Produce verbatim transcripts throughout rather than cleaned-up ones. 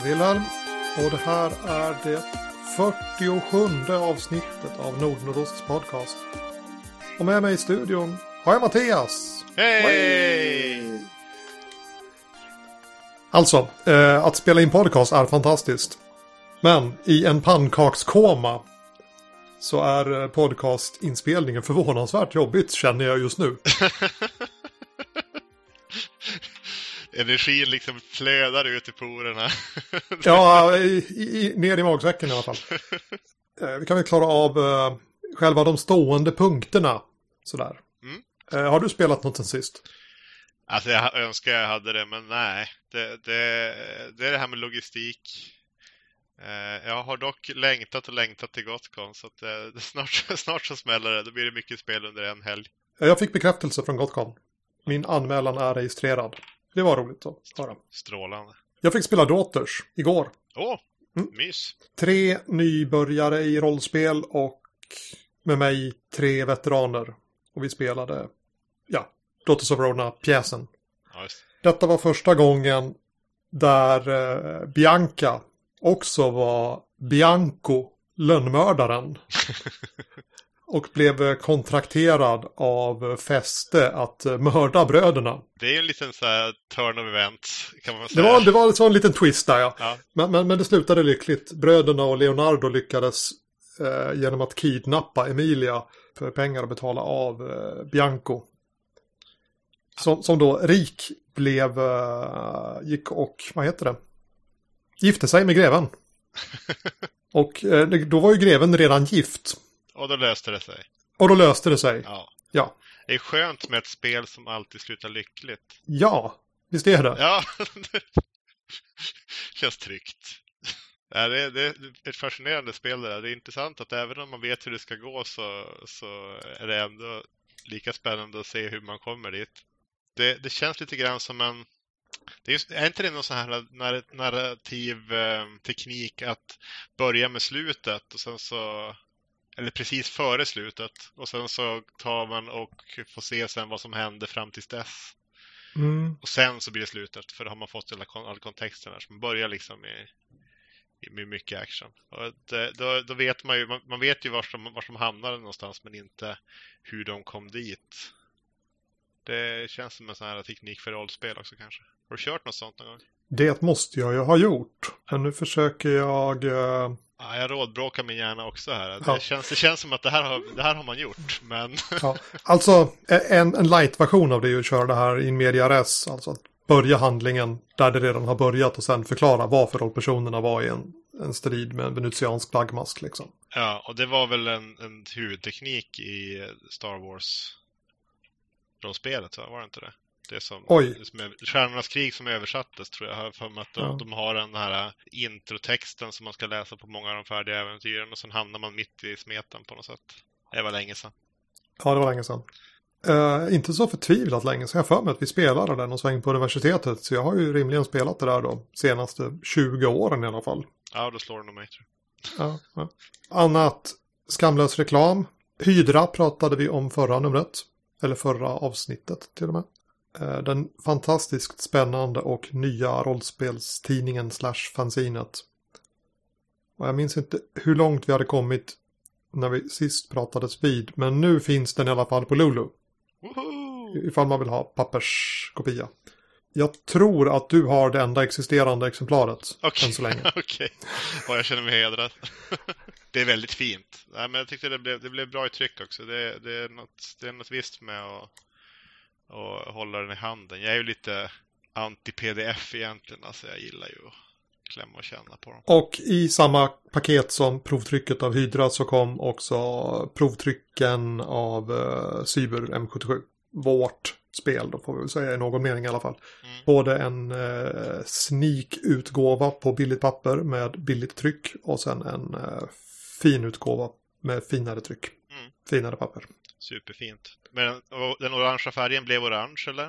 Wilhelm och det här är det fyrtiosjunde avsnittet av Nordnordosts podcast. Och med mig i studion har jag Mattias. Hej! Alltså, eh, att spela in podcast är fantastiskt. Men i en pannkakskoma så är podcastinspelningen förvånansvärt jobbigt, känner jag just nu. Energin liksom flödar ut i porerna. Ja, i, i, ner i magsäcken i alla fall. Eh, vi kan väl klara av eh, själva de stående punkterna. Sådär. Mm. Eh, har du spelat något sen sist? Alltså jag önskar jag hade det, men nej. Det, det, det är det här med logistik. Eh, jag har dock längtat och längtat till Gotcon, så att, eh, snart, snart så smäller det. Då blir det mycket spel under en helg. Jag fick bekräftelse från Gotcon. Min anmälan är registrerad. Det var roligt att höra. Strålande. Jag fick spela Daughters igår. Åh, oh, mm. mys. Tre nybörjare i rollspel och med mig tre veteraner. Och vi spelade, ja, Daughters of Rona-pjäsen. Ja, just. Detta var första gången där eh, Bianca också var Bianco, lönnmördaren. Och blev kontrakterad av Fäste att mörda bröderna. Det är en liten så här turn of events, kan man säga. Det var, det var en sån liten twist där, ja. ja. Men, men, men det slutade lyckligt. Bröderna och Leonardo lyckades eh, genom att kidnappa Emilia för pengar att betala av eh, Bianco. Som, som då rik blev, eh, gick och, vad heter det? Gifte sig med greven. Och eh, då var ju greven redan gift. Och då löste det sig. Och då löste det sig. Ja. Ja. Det är skönt med ett spel som alltid slutar lyckligt. Ja, visst är det. Ja, känns tryggt. Ja, det, är, det är ett fascinerande spel det där. Det är intressant att även om man vet hur det ska gå så, så är det ändå lika spännande att se hur man kommer dit. Det, det känns lite grann som en... Det är, just, är inte det någon sån här narrativ eh, teknik att börja med slutet och sen så... Eller precis före slutet. Och sen så tar man och får se sen vad som händer fram tills dess. Mm. Och sen så blir det slutet. För då har man fått alla, all kontexten här. Så man börjar liksom med, med mycket action. Och det, då, då vet man ju, man, man vet ju var de, var de hamnade någonstans. Men inte hur de kom dit. Det känns som en sån här teknik för rollspel också kanske. Har du kört något sånt någon gång? Det måste jag ju ha gjort. Men nu försöker jag... Uh... Ja, jag rådbråkar min hjärna också här. Ja. Det, känns, det känns som att det här har, det här har man gjort. Men... ja. Alltså, en, en light-version av det är ju att köra det här in media res. Alltså att börja handlingen där det redan har börjat och sen förklara varför rollpersonerna var i en, en strid med en venusiansk flagmask liksom. Ja, och det var väl en, en huvudteknik i Star Wars-rollspelet, var det inte det? Det som, Oj. som är, Stjärnornas krig som översattes tror jag. För att de, ja. de har den här introtexten som man ska läsa på många av de färdiga äventyren. Och sen hamnar man mitt i smeten på något sätt. Det var länge sedan. Ja, det var länge sedan. Uh, inte så förtvivlat länge så jag för mig att vi spelade den och sväng på universitetet. Så jag har ju rimligen spelat det där då. Senaste tjugo åren i alla fall. Ja, då slår det nog mig tror jag. Ja, ja. Annat skamlös reklam. Hydra pratade vi om förra numret. Eller förra avsnittet till och med. Den fantastiskt spännande och nya rollspelstidningen slash fanzinet. Och jag minns inte hur långt vi hade kommit när vi sist pratades vid. Men nu finns den i alla fall på Lulu. Woho! Ifall man vill ha papperskopia. Jag tror att du har det enda existerande exemplaret. Okay. Än så länge. Okej, okay. Och jag känner mig hedrad. Det är väldigt fint. Nej, men jag tyckte det blev, det blev bra i tryck också. Det, det, är något, det är något visst med att och hålla den i handen. Jag är ju lite anti-P D F egentligen. Alltså jag gillar ju att klämma och känna på dem. Och i samma paket som provtrycket av Hydra så kom också provtrycken av uh, Cyber M sjuttiosju. Vårt spel då får vi väl säga i någon mening i alla fall. Mm. Både en uh, sneak-utgåva på billigt papper med billigt tryck och sen en uh, fin utgåva med finare tryck. Mm. Finare papper. Superfint. Men den orangea färgen blev orange, eller?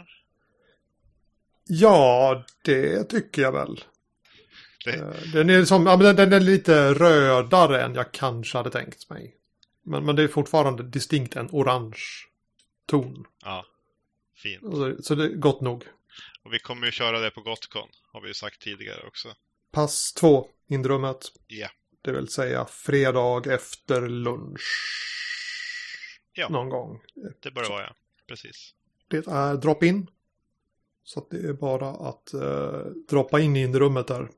Ja, det tycker jag väl. Det... Den, är som, ja, den är lite rödare än jag kanske hade tänkt mig. Men, men det är fortfarande distinkt en orange ton. Ja, fint. Så, så det är gott nog. Och vi kommer ju köra det på Gotcon, har vi ju sagt tidigare också. pass två, indrummet. Ja. Det vill säga fredag efter lunch. Ja. Någon gång. Det bör det vara, ja. Precis. Det är drop-in. Så att det är bara att eh, droppa in i indrummet där.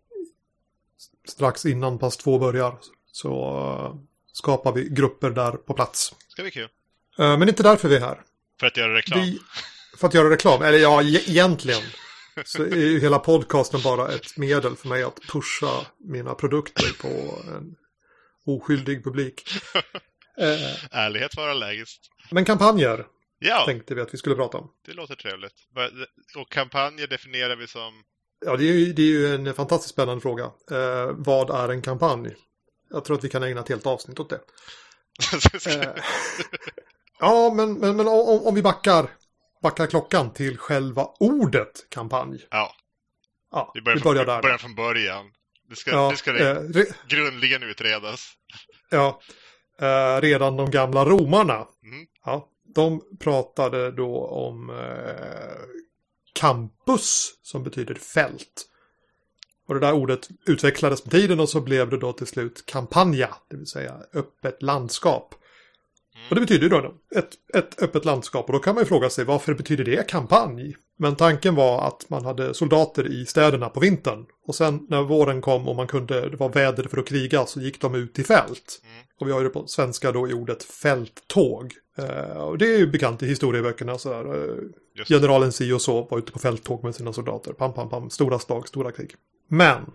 Strax innan pass två börjar. Så eh, skapar vi grupper där på plats. Ska bli kul. Eh, men inte därför vi är här. För att göra reklam. Vi, för att göra reklam. Eller ja, e- egentligen. Så är ju hela podcasten bara ett medel för mig att pusha mina produkter på en oskyldig publik. Eh, Ärlighet vara lägst. men kampanjer Ja, tänkte vi att vi skulle prata om. det låter trevligt. Och kampanjer definierar vi som... Ja, det är ju, det är ju en fantastiskt spännande fråga. Eh, vad är en kampanj? Jag tror att vi kan ägna ett helt avsnitt åt det. Eh, ja, men, men, men om, om vi backar, backar klockan till själva ordet kampanj. Ja, Ja, vi börjar, vi börjar från, där. börjar från början. Det ska, Ja, det ska det eh, re- grundligen utredas. ja eh, redan de gamla romarna. Mm. Ja, de pratade då om eh, campus som betyder fält. Och det där ordet utvecklades med tiden och så blev det då till slut campagna, det vill säga öppet landskap. Mm. Och det betyder ju då ett, ett öppet landskap och då kan man ju fråga sig varför betyder det kampanj? Men tanken var att man hade soldater i städerna på vintern och sen när våren kom och man kunde, det var väder för att kriga så gick de ut i fält. Mm. Och vi har ju det på svenska då i ordet fälttåg. Eh, och det är ju bekant i historieböckerna så här. Eh, Just. generalen si och så var ute på fälttåg med sina soldater. Pam, pam, pam. Stora slag, stora krig. Men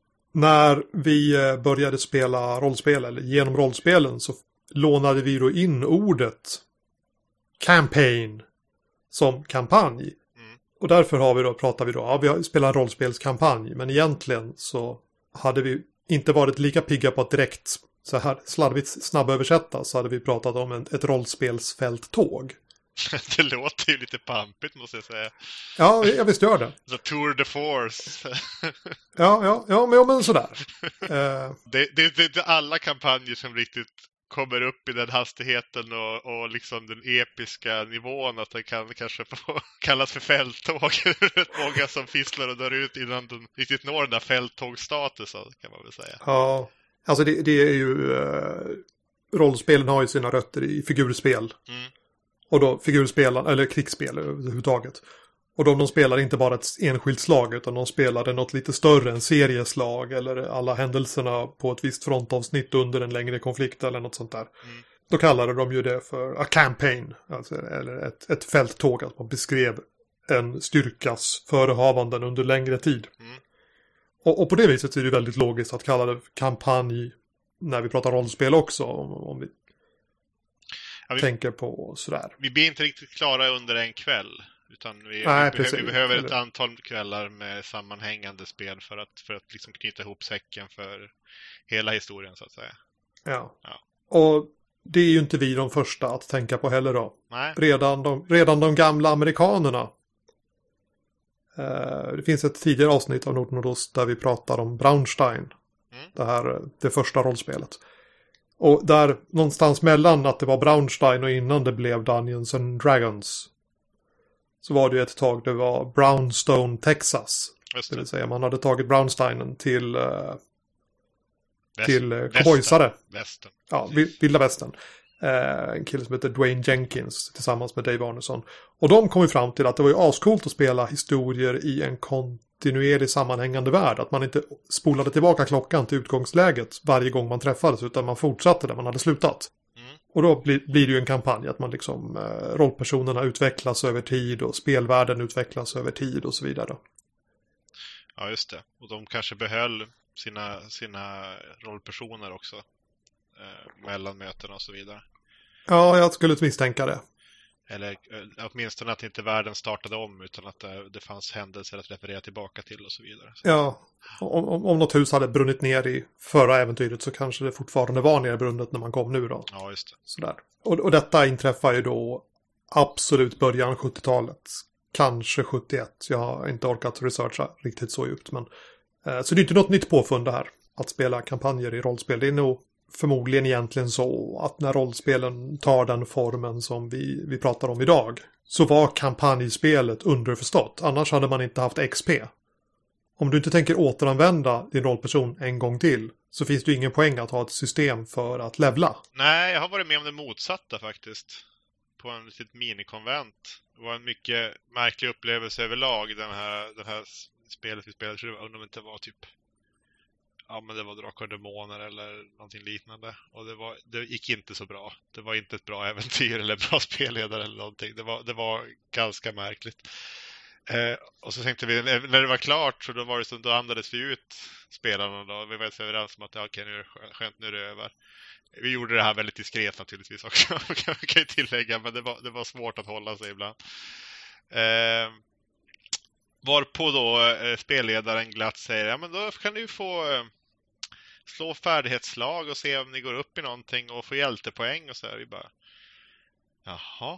när vi eh, började spela rollspel eller genom rollspelen så lånade vi då in ordet campaign som kampanj. Mm. Och därför har vi då, pratar vi då, ja vi har spelat en rollspelskampanj men egentligen så hade vi inte varit lika pigga på att direkt så här slarvigt snabböversätta så hade vi pratat om en, ett rollspelsfälttåg. Det låter ju lite pampigt måste jag säga. Ja, jag visst gör det. Så Tour de Force. Ja, ja, ja, men, ja, men sådär. Eh, Det, det, det är alla kampanjer som riktigt kommer upp i den hastigheten och, och liksom den episka nivån att det kan kanske få kallas för fälttåg. Rätt många som fisslar och dör ut innan de riktigt når den där fälttågstatusen kan man väl säga. ja, alltså det, det är ju... Eh, rollspelen har ju sina rötter i figurspel. Mm. Och då figurspel, eller krigsspel överhuvudtaget. Och då de spelar inte bara ett enskilt slag utan de spelar något lite större, en serieslag eller alla händelserna på ett visst frontavsnitt under en längre konflikt eller något sånt där. Mm. Då kallade de ju det för a campaign, alltså, eller ett, ett fälttåg, att man beskrev en styrkas förehavanden under längre tid. Mm. Och, och på det viset är det väldigt logiskt att kalla det kampanj när vi pratar rollspel också, om, om vi, Ja, vi tänker på sådär. Vi blir inte riktigt klara under en kväll. Utan vi, Nej, vi, precis. behöver, vi behöver ett Eller... antal kvällar med sammanhängande spel för att, för att liksom knyta ihop säcken för hela historien så att säga. Ja. Ja. Och det är ju inte vi de första att tänka på heller då. Nej. Redan de, redan de gamla amerikanerna. Eh, det finns ett tidigare avsnitt av Nord-Nordost där vi pratar om Braunstein. Mm. Det här, det första rollspelet. Och där någonstans mellan att det var Braunstein och innan det blev Dungeons and Dragons. Så var det ju ett tag det var Brownstone, Texas. Just Det det. vill säga man hade tagit Brownsteinen till, eh, Väst- till eh, västern. cowboysare. Västern. Ja, vi- vilda västern. Eh, en kille som heter Dwayne Jenkins tillsammans med Dave Arneson. Och de kom ju fram till att det var ju ascoolt att spela historier i en kontinuerlig sammanhängande värld. Att man inte spolade tillbaka klockan till utgångsläget varje gång man träffades utan man fortsatte där man hade slutat. Mm. Och då blir, blir det ju en kampanj att man liksom eh, rollpersonerna utvecklas över tid och spelvärlden utvecklas över tid och så vidare. Ja, just det. Och de kanske behöll sina, sina rollpersoner också. Eh, mellan mötena och så vidare. Ja, jag skulle misstänka det. Eller eh, åtminstone att inte världen startade om utan att det, det fanns händelser att referera tillbaka till och så vidare. Så. Ja, om, om, om något hus hade brunnit ner i förra äventyret så kanske det fortfarande var nerbrunnet när man kom nu då. Ja, just det. Sådär. Och, och detta inträffar ju då absolut början sjuttiotalet. Kanske sjuttioett. Jag har inte orkat researcha riktigt så djupt. Men, eh, så det är inte något nytt påfund det här. Att spela kampanjer i rollspel. Det är nog förmodligen egentligen så att när rollspelen tar den formen som vi, vi pratar om idag. Så var kampanjspelet underförstått. Annars hade man inte haft X P. om du inte tänker återanvända din rollperson en gång till så finns det ju ingen poäng att ha ett system för att levla. Nej, jag har varit med om det motsatta faktiskt. På en litet minikonvent. Det var en mycket märklig upplevelse överlag, den här, den här spelet vi spelade. Jag undrar om det inte var typ, ja men det var Drakar och Demoner eller någonting liknande. Och det, var, det gick inte så bra. Det var inte ett bra äventyr eller bra spelledare eller någonting. Det var, det var ganska märkligt. Eh, och så tänkte vi, när det var klart så då var det som, då andades vi ut spelarna då. Vi var så överens om att ja, okej, nu är det skönt, nu är det över. Vi gjorde det här väldigt diskret naturligtvis också, kan jag tillägga, men det var, det var svårt att hålla sig ibland. Eh, varpå då eh, spelledaren glatt säger, ja men då kan du få eh, slå färdighetslag och se om ni går upp i någonting och få hjältepoäng och så här. Vi bara, jaha.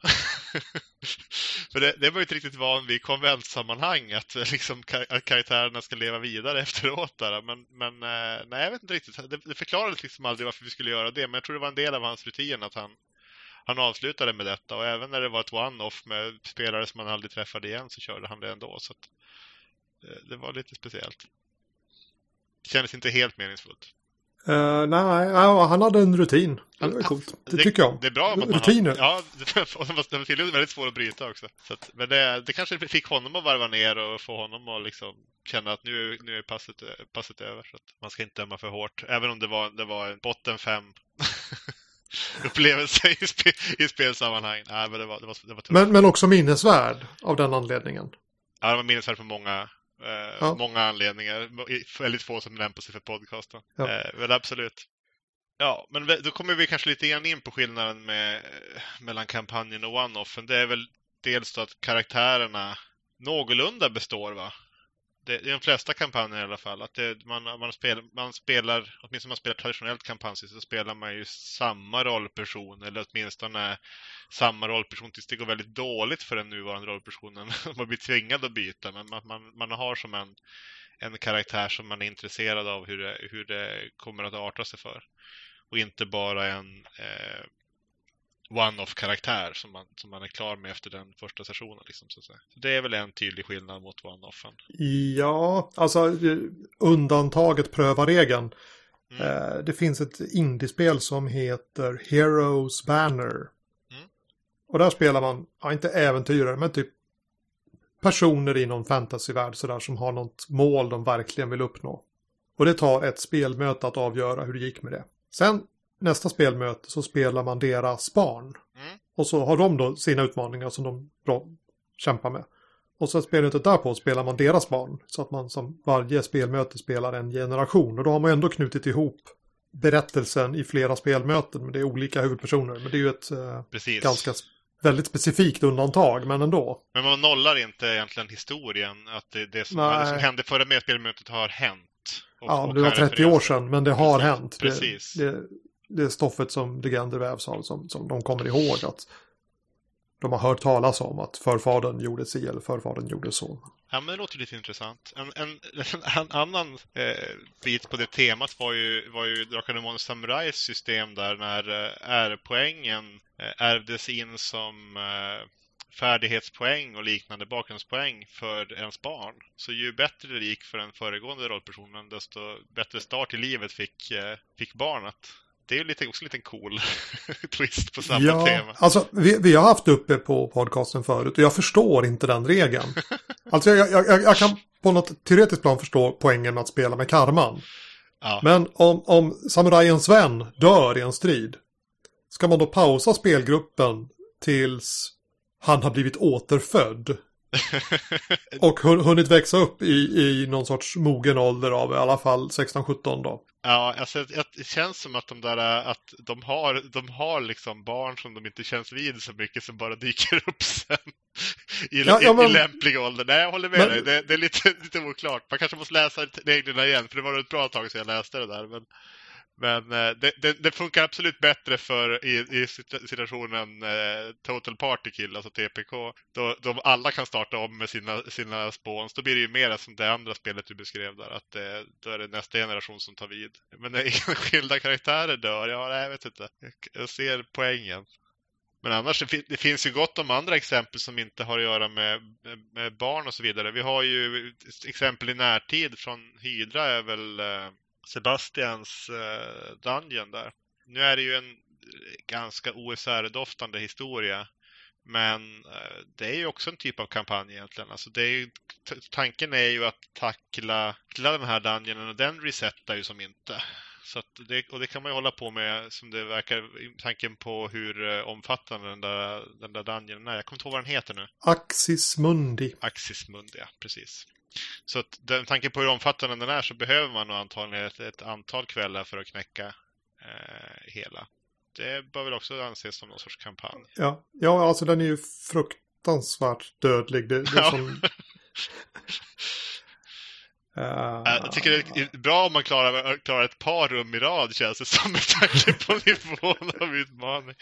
För det, det var ju inte riktigt van vid konventsammanhang att, liksom, att karaktärerna ska leva vidare efteråt där. Men, men nej, jag vet inte riktigt. Det, det förklarades liksom aldrig varför vi skulle göra det. Men jag tror det var en del av hans rutin att han, han avslutade med detta. Och även när det var ett one-off med spelare som man aldrig träffade igen så körde han det ändå. Så att, det, det var lite speciellt. Det kändes inte helt meningsfullt. Uh, nej, ja, han hade en rutin. Det var coolt. Det, det tycker jag. Det är bra att rutiner. Har, ja, det var tydligen väldigt svårt att bryta också. Så att, men det, det kanske fick honom att varva ner och få honom att liksom känna att nu, nu är passet, passet över. Så att man ska inte döma för hårt. Även om det var, det var en botten fem upplevelse i, spel, i spelsammanhang. Nej, men det var, det var, det var men, men också minnesvärd av den anledningen. Ja, det var minnesvärd på många... Eh, ja. Många anledningar. Väldigt få som lämpar sig för podcasten. Ja. Eh, väl absolut. Ja, men då kommer vi kanske lite grann in på skillnaden med, mellan kampanjen och one-offen. Det är väl dels då att karaktärerna någorlunda består, va? Det, I de flesta kampanjer i alla fall. Att det, man, man, spel, man spelar, åtminstone man spelar traditionellt kampanj så spelar man ju samma rollperson. Eller åtminstone samma rollperson tills det går väldigt dåligt för den nuvarande rollpersonen. Man blir tvingad att byta. Men man, man, man har som en, en karaktär som man är intresserad av hur det, hur det kommer att arta sig för. Och inte bara en eh, one-off-karaktär som man, som man är klar med efter den första sessionen. Liksom, så att säga. Så det är väl en tydlig skillnad mot one-offen. Ja, alltså undantaget prövar regeln. Mm. Eh, det finns ett indiespel som heter Heroes Banner. Mm. Och där spelar man, ja, inte äventyrare, men typ personer i någon fantasyvärld sådär, som har något mål de verkligen vill uppnå. Och det tar ett spelmöte att avgöra hur det gick med det. Sen nästa spelmöte så spelar man deras barn. Mm. Och så har de då sina utmaningar som de bra kämpar med. Och så spelmötet därpå spelar man deras barn. Så att man som varje spelmöte spelar en generation. Och då har man ändå knutit ihop berättelsen i flera spelmöten. Men det är olika huvudpersoner. Men det är ju ett eh, ganska väldigt specifikt undantag, men ändå. Men man nollar inte egentligen historien. Att det, det, som, det som hände före med spelmötet har hänt. Och, ja, och det var trettio år sedan, men det har precis, hänt. Precis. Det, det, det är stoffet som legender vävs av, som, som de kommer ihåg att de har hört talas om att förfadern gjorde si eller förfadern gjorde så. Ja, men det låter lite intressant. En, en, en annan eh, bit på det temat var ju, var ju Drakar och Demoner Samurais system där när eh, R-poängen eh, ärvdes in som eh, färdighetspoäng och liknande bakgrundspoäng för ens barn. Så ju bättre det gick för den föregående rollpersonen, desto bättre start i livet fick, eh, fick barnet. Det är ju lite, också en liten cool twist på samma ja, tema. Alltså, vi, vi har haft uppe på podcasten förut och jag förstår inte den regeln. Alltså jag, jag, jag kan på något teoretiskt plan förstå poängen med att spela med karman. Ja. Men om, om samurajens vän dör i en strid, ska man då pausa spelgruppen tills han har blivit återfödd och hunnit växa upp i, i någon sorts mogen ålder av i alla fall sexton sjutton då? Ja, alltså det känns som att de där att de har de har liksom barn som de inte känns vid så mycket som bara dyker upp sen i, ja, ja, men, i lämplig ålder. Nej, jag håller med men, dig. Det, det är lite, lite oklart. Man kanske måste läsa reglerna igen, för det var ett bra tag sedan jag läste det där. Men, men det, det, det funkar absolut bättre för i, i situationen eh, Total Party Kill, alltså T P K. Då, då alla kan starta om med sina, sina spawns. Då blir det ju mer som det andra spelet du beskrev där. Att eh, då är det nästa generation som tar vid. Men när enskilda karaktärer dör, ja, jag vet inte. Jag, jag ser poängen. Men annars, det, fin- det finns ju gott om andra exempel som inte har att göra med, med, med barn och så vidare. Vi har ju ett exempel i närtid från Hydra är väl eh, Sebastians eh, Dungeon där. Nu är det ju en ganska O S R-doftande historia. Men eh, det är ju också en typ av kampanj egentligen. Alltså det är ju, t- tanken är ju att tackla, tackla den här dungeonen och den resetar ju som inte. Så att det, och det kan man ju hålla på med som det verkar, i tanken på hur eh, omfattande den där, den där dungeonen är. Jag kommer inte ihåg vad den heter nu. Axis Mundi. Axis Mundi, ja, precis. Så att den tanken på hur omfattande den är så behöver man nog antagligen ett, ett antal kvällar för att knäcka eh, hela. Det bör väl också anses som någon sorts kampanj. Ja, ja alltså den är ju fruktansvärt dödlig. Det, det är som... uh... Jag tycker det är bra om man klarar, klarar ett par rum i rad, känns det som, med tanke på nivån av utmaning.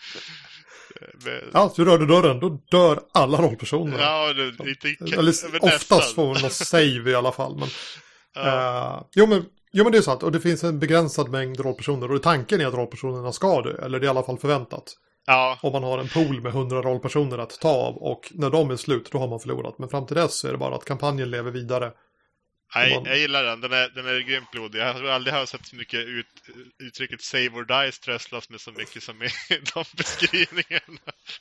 Men... Ja, så rör du dörren, då dör alla rollpersoner. Ja, det, inte, eller oftast får man något save i alla fall. Men, ja. uh, jo, men, jo, men det är sant. Och det finns en begränsad mängd rollpersoner. Och tanken är att rollpersonerna ska dö. Eller det är i alla fall förväntat. Ja. Om man har en pool med hundra rollpersoner att ta av. Och när de är slut, då har man förlorat. Men fram till dess så är det bara att kampanjen lever vidare. Nej, man... jag gillar den. Den är, den är grymt blodig. Jag har aldrig har sett så mycket ut, uttrycket save or die stresslas med så mycket som i de beskrivningarna.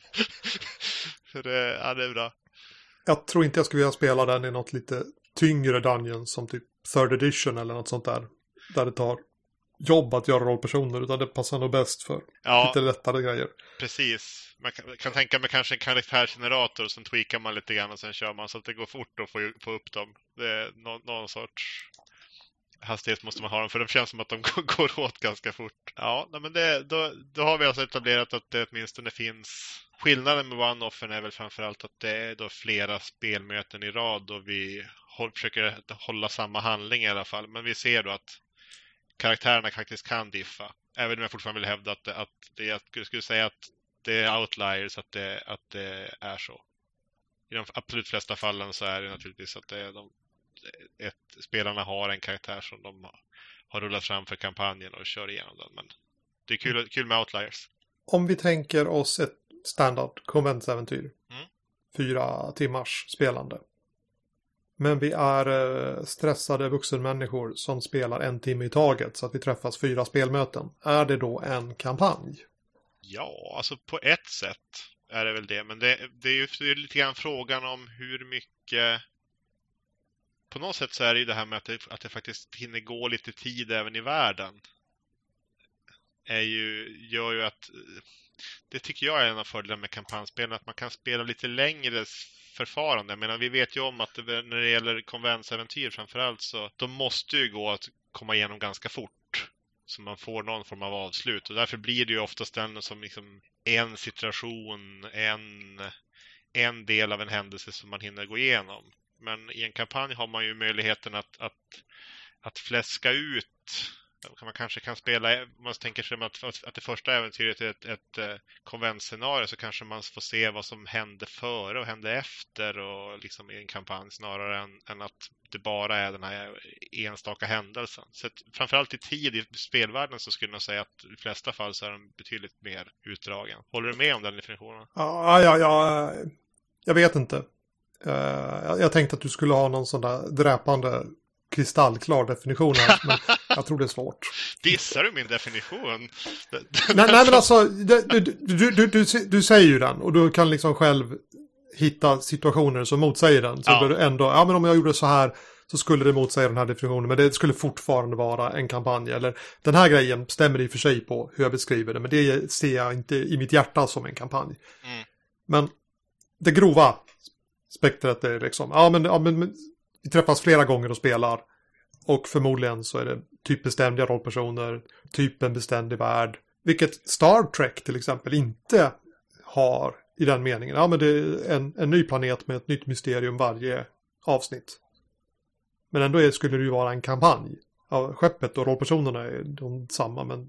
För det, ja, det är bra. Jag tror inte jag skulle vilja spela den i något lite tyngre dungeon som typ third edition eller något sånt där. Där det tar jobb att göra rollpersoner, utan det passar nog bäst för ja, lite lättare grejer. Precis. Man kan, kan tänka mig kanske en karaktärsgenerator som tweakar man lite grann och sen kör man så att det går fort att få, få upp dem. Det är någon, någon sorts hastighet måste man ha dem, för de känns som att de går, går åt ganska fort. Ja, men det, då, då har vi alltså etablerat att det åtminstone finns. Skillnaden med one-offen är väl framförallt att det är då flera spelmöten i rad och vi håll, försöker hålla samma handling i alla fall. Men vi ser då att karaktärerna faktiskt kan diffa. Även om jag fortfarande vill hävda att, att det, jag skulle säga att det är outliers att det, att det är så. I de absolut flesta fallen så är det naturligtvis att det är de, ett, spelarna har en karaktär som de har, har rullat fram för kampanjen och kör igenom den. Men det är kul, kul med outliers. Om vi tänker oss ett standard konventsäventyr. Mm. Fyra timmars spelande. Men vi är stressade vuxenmänniskor som spelar en timme i taget så att vi träffas fyra spelmöten. Är det då en kampanj? Ja, alltså på ett sätt är det väl det. Men det, det är ju det är lite grann frågan om hur mycket... På något sätt så är det ju det här med att det, att det faktiskt hinner gå lite tid även i världen. Är ju, gör ju att... Det tycker jag är en av fördelarna med kampanjspelen, att man kan spela lite längre förfarande. Jag menar, vi vet ju om att det, när det gäller konventsäventyr framförallt så de måste ju gå att komma igenom ganska fort. Så man får någon form av avslut. Och därför blir det ju oftast den som liksom en situation, en, en del av en händelse som man hinner gå igenom. Men i en kampanj har man ju möjligheten att, att, att fläska ut. Man kanske kan spela, om man tänker sig att, att det första äventyret är ett, ett, ett konventscenario, så kanske man får se vad som hände före och hände efter och liksom i en kampanj snarare än, än att det bara är den här enstaka händelsen. Så att, framförallt i tid i spelvärlden så skulle jag säga att i de flesta fall så är den betydligt mer utdragen. Håller du med om den definitionen? Ja, ja, ja. Jag vet inte. Uh, jag tänkte att du skulle ha någon sån där dräpande kristallklar definition här, men jag tror det är svårt. Dissar du min definition? nej, nej, men alltså, du, du, du, du, du, du säger ju den och du kan liksom själv hitta situationer som motsäger den. Så ja. Du ändå, ja men om jag gjorde så här så skulle det motsäga den här definitionen, men det skulle fortfarande vara en kampanj. Eller den här grejen stämmer i och för sig på hur jag beskriver det, men det ser jag inte i mitt hjärta som en kampanj. Mm. Men det grova spektret är liksom, ja men, ja men vi träffas flera gånger och spelar. Och förmodligen så är det typ bestämda rollpersoner, typ en beständig värld. Vilket Star Trek till exempel inte har i den meningen. Ja, men det är en, en ny planet med ett nytt mysterium varje avsnitt. Men ändå är, skulle det ju vara en kampanj. Ja, skeppet och rollpersonerna är de samma, men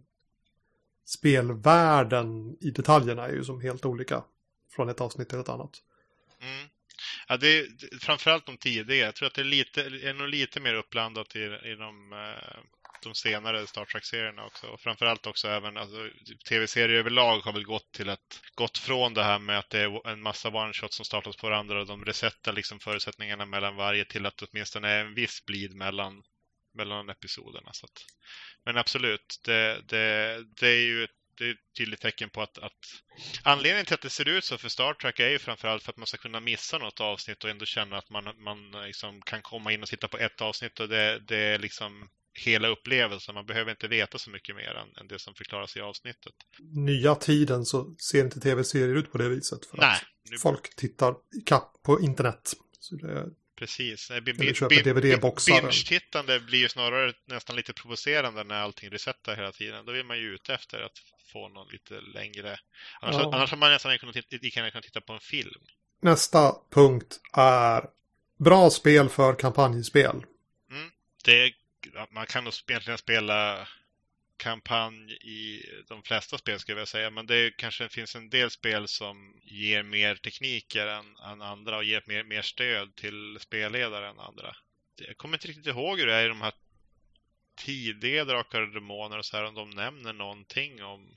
spelvärlden i detaljerna är ju som helt olika från ett avsnitt till ett annat. Mm. Ja, det är framförallt de tidiga. Jag tror att det är, lite, är nog lite mer uppblandat i, i de, de senare Star Trek-serierna också. Och framförallt också även, alltså, tv-serier överlag har väl gått till att, gått från det här med att det är en massa one-shots som startas på varandra och de resetar liksom förutsättningarna mellan varje till att åtminstone är en viss blid mellan, mellan episoderna. Så att, men absolut, det, det, det är ju ett det är ett tydligt tecken på att, att anledningen till att det ser ut så för Star Trek är ju framförallt för att man ska kunna missa något avsnitt och ändå känna att man, man liksom kan komma in och titta på ett avsnitt och det, det är liksom hela upplevelsen. Man behöver inte veta så mycket mer än, än det som förklaras i avsnittet. Nya tiden så ser inte tv-serier ut på det viset. För Nej. Att Nu... folk tittar i kapp på internet. Så det... Precis. Eller köper D V D-boxar. Binge-tittande blir ju snarare nästan lite provocerande när allting resetar hela tiden. Då vill man ju ute efter att få någon lite längre. Annars, ja. annars har man nästan kunnat titta, kunnat titta på en film. Nästa punkt är bra spel för kampanjspel. Mm. Det, man kan nog egentligen spela kampanj i de flesta spel skulle jag säga. Men det kanske finns en del spel som ger mer tekniker än, än andra och ger mer, mer stöd till spelledare än andra. Jag kommer inte riktigt ihåg hur det är i de här tidiga Drakar och Demoner och så här, om de nämner någonting om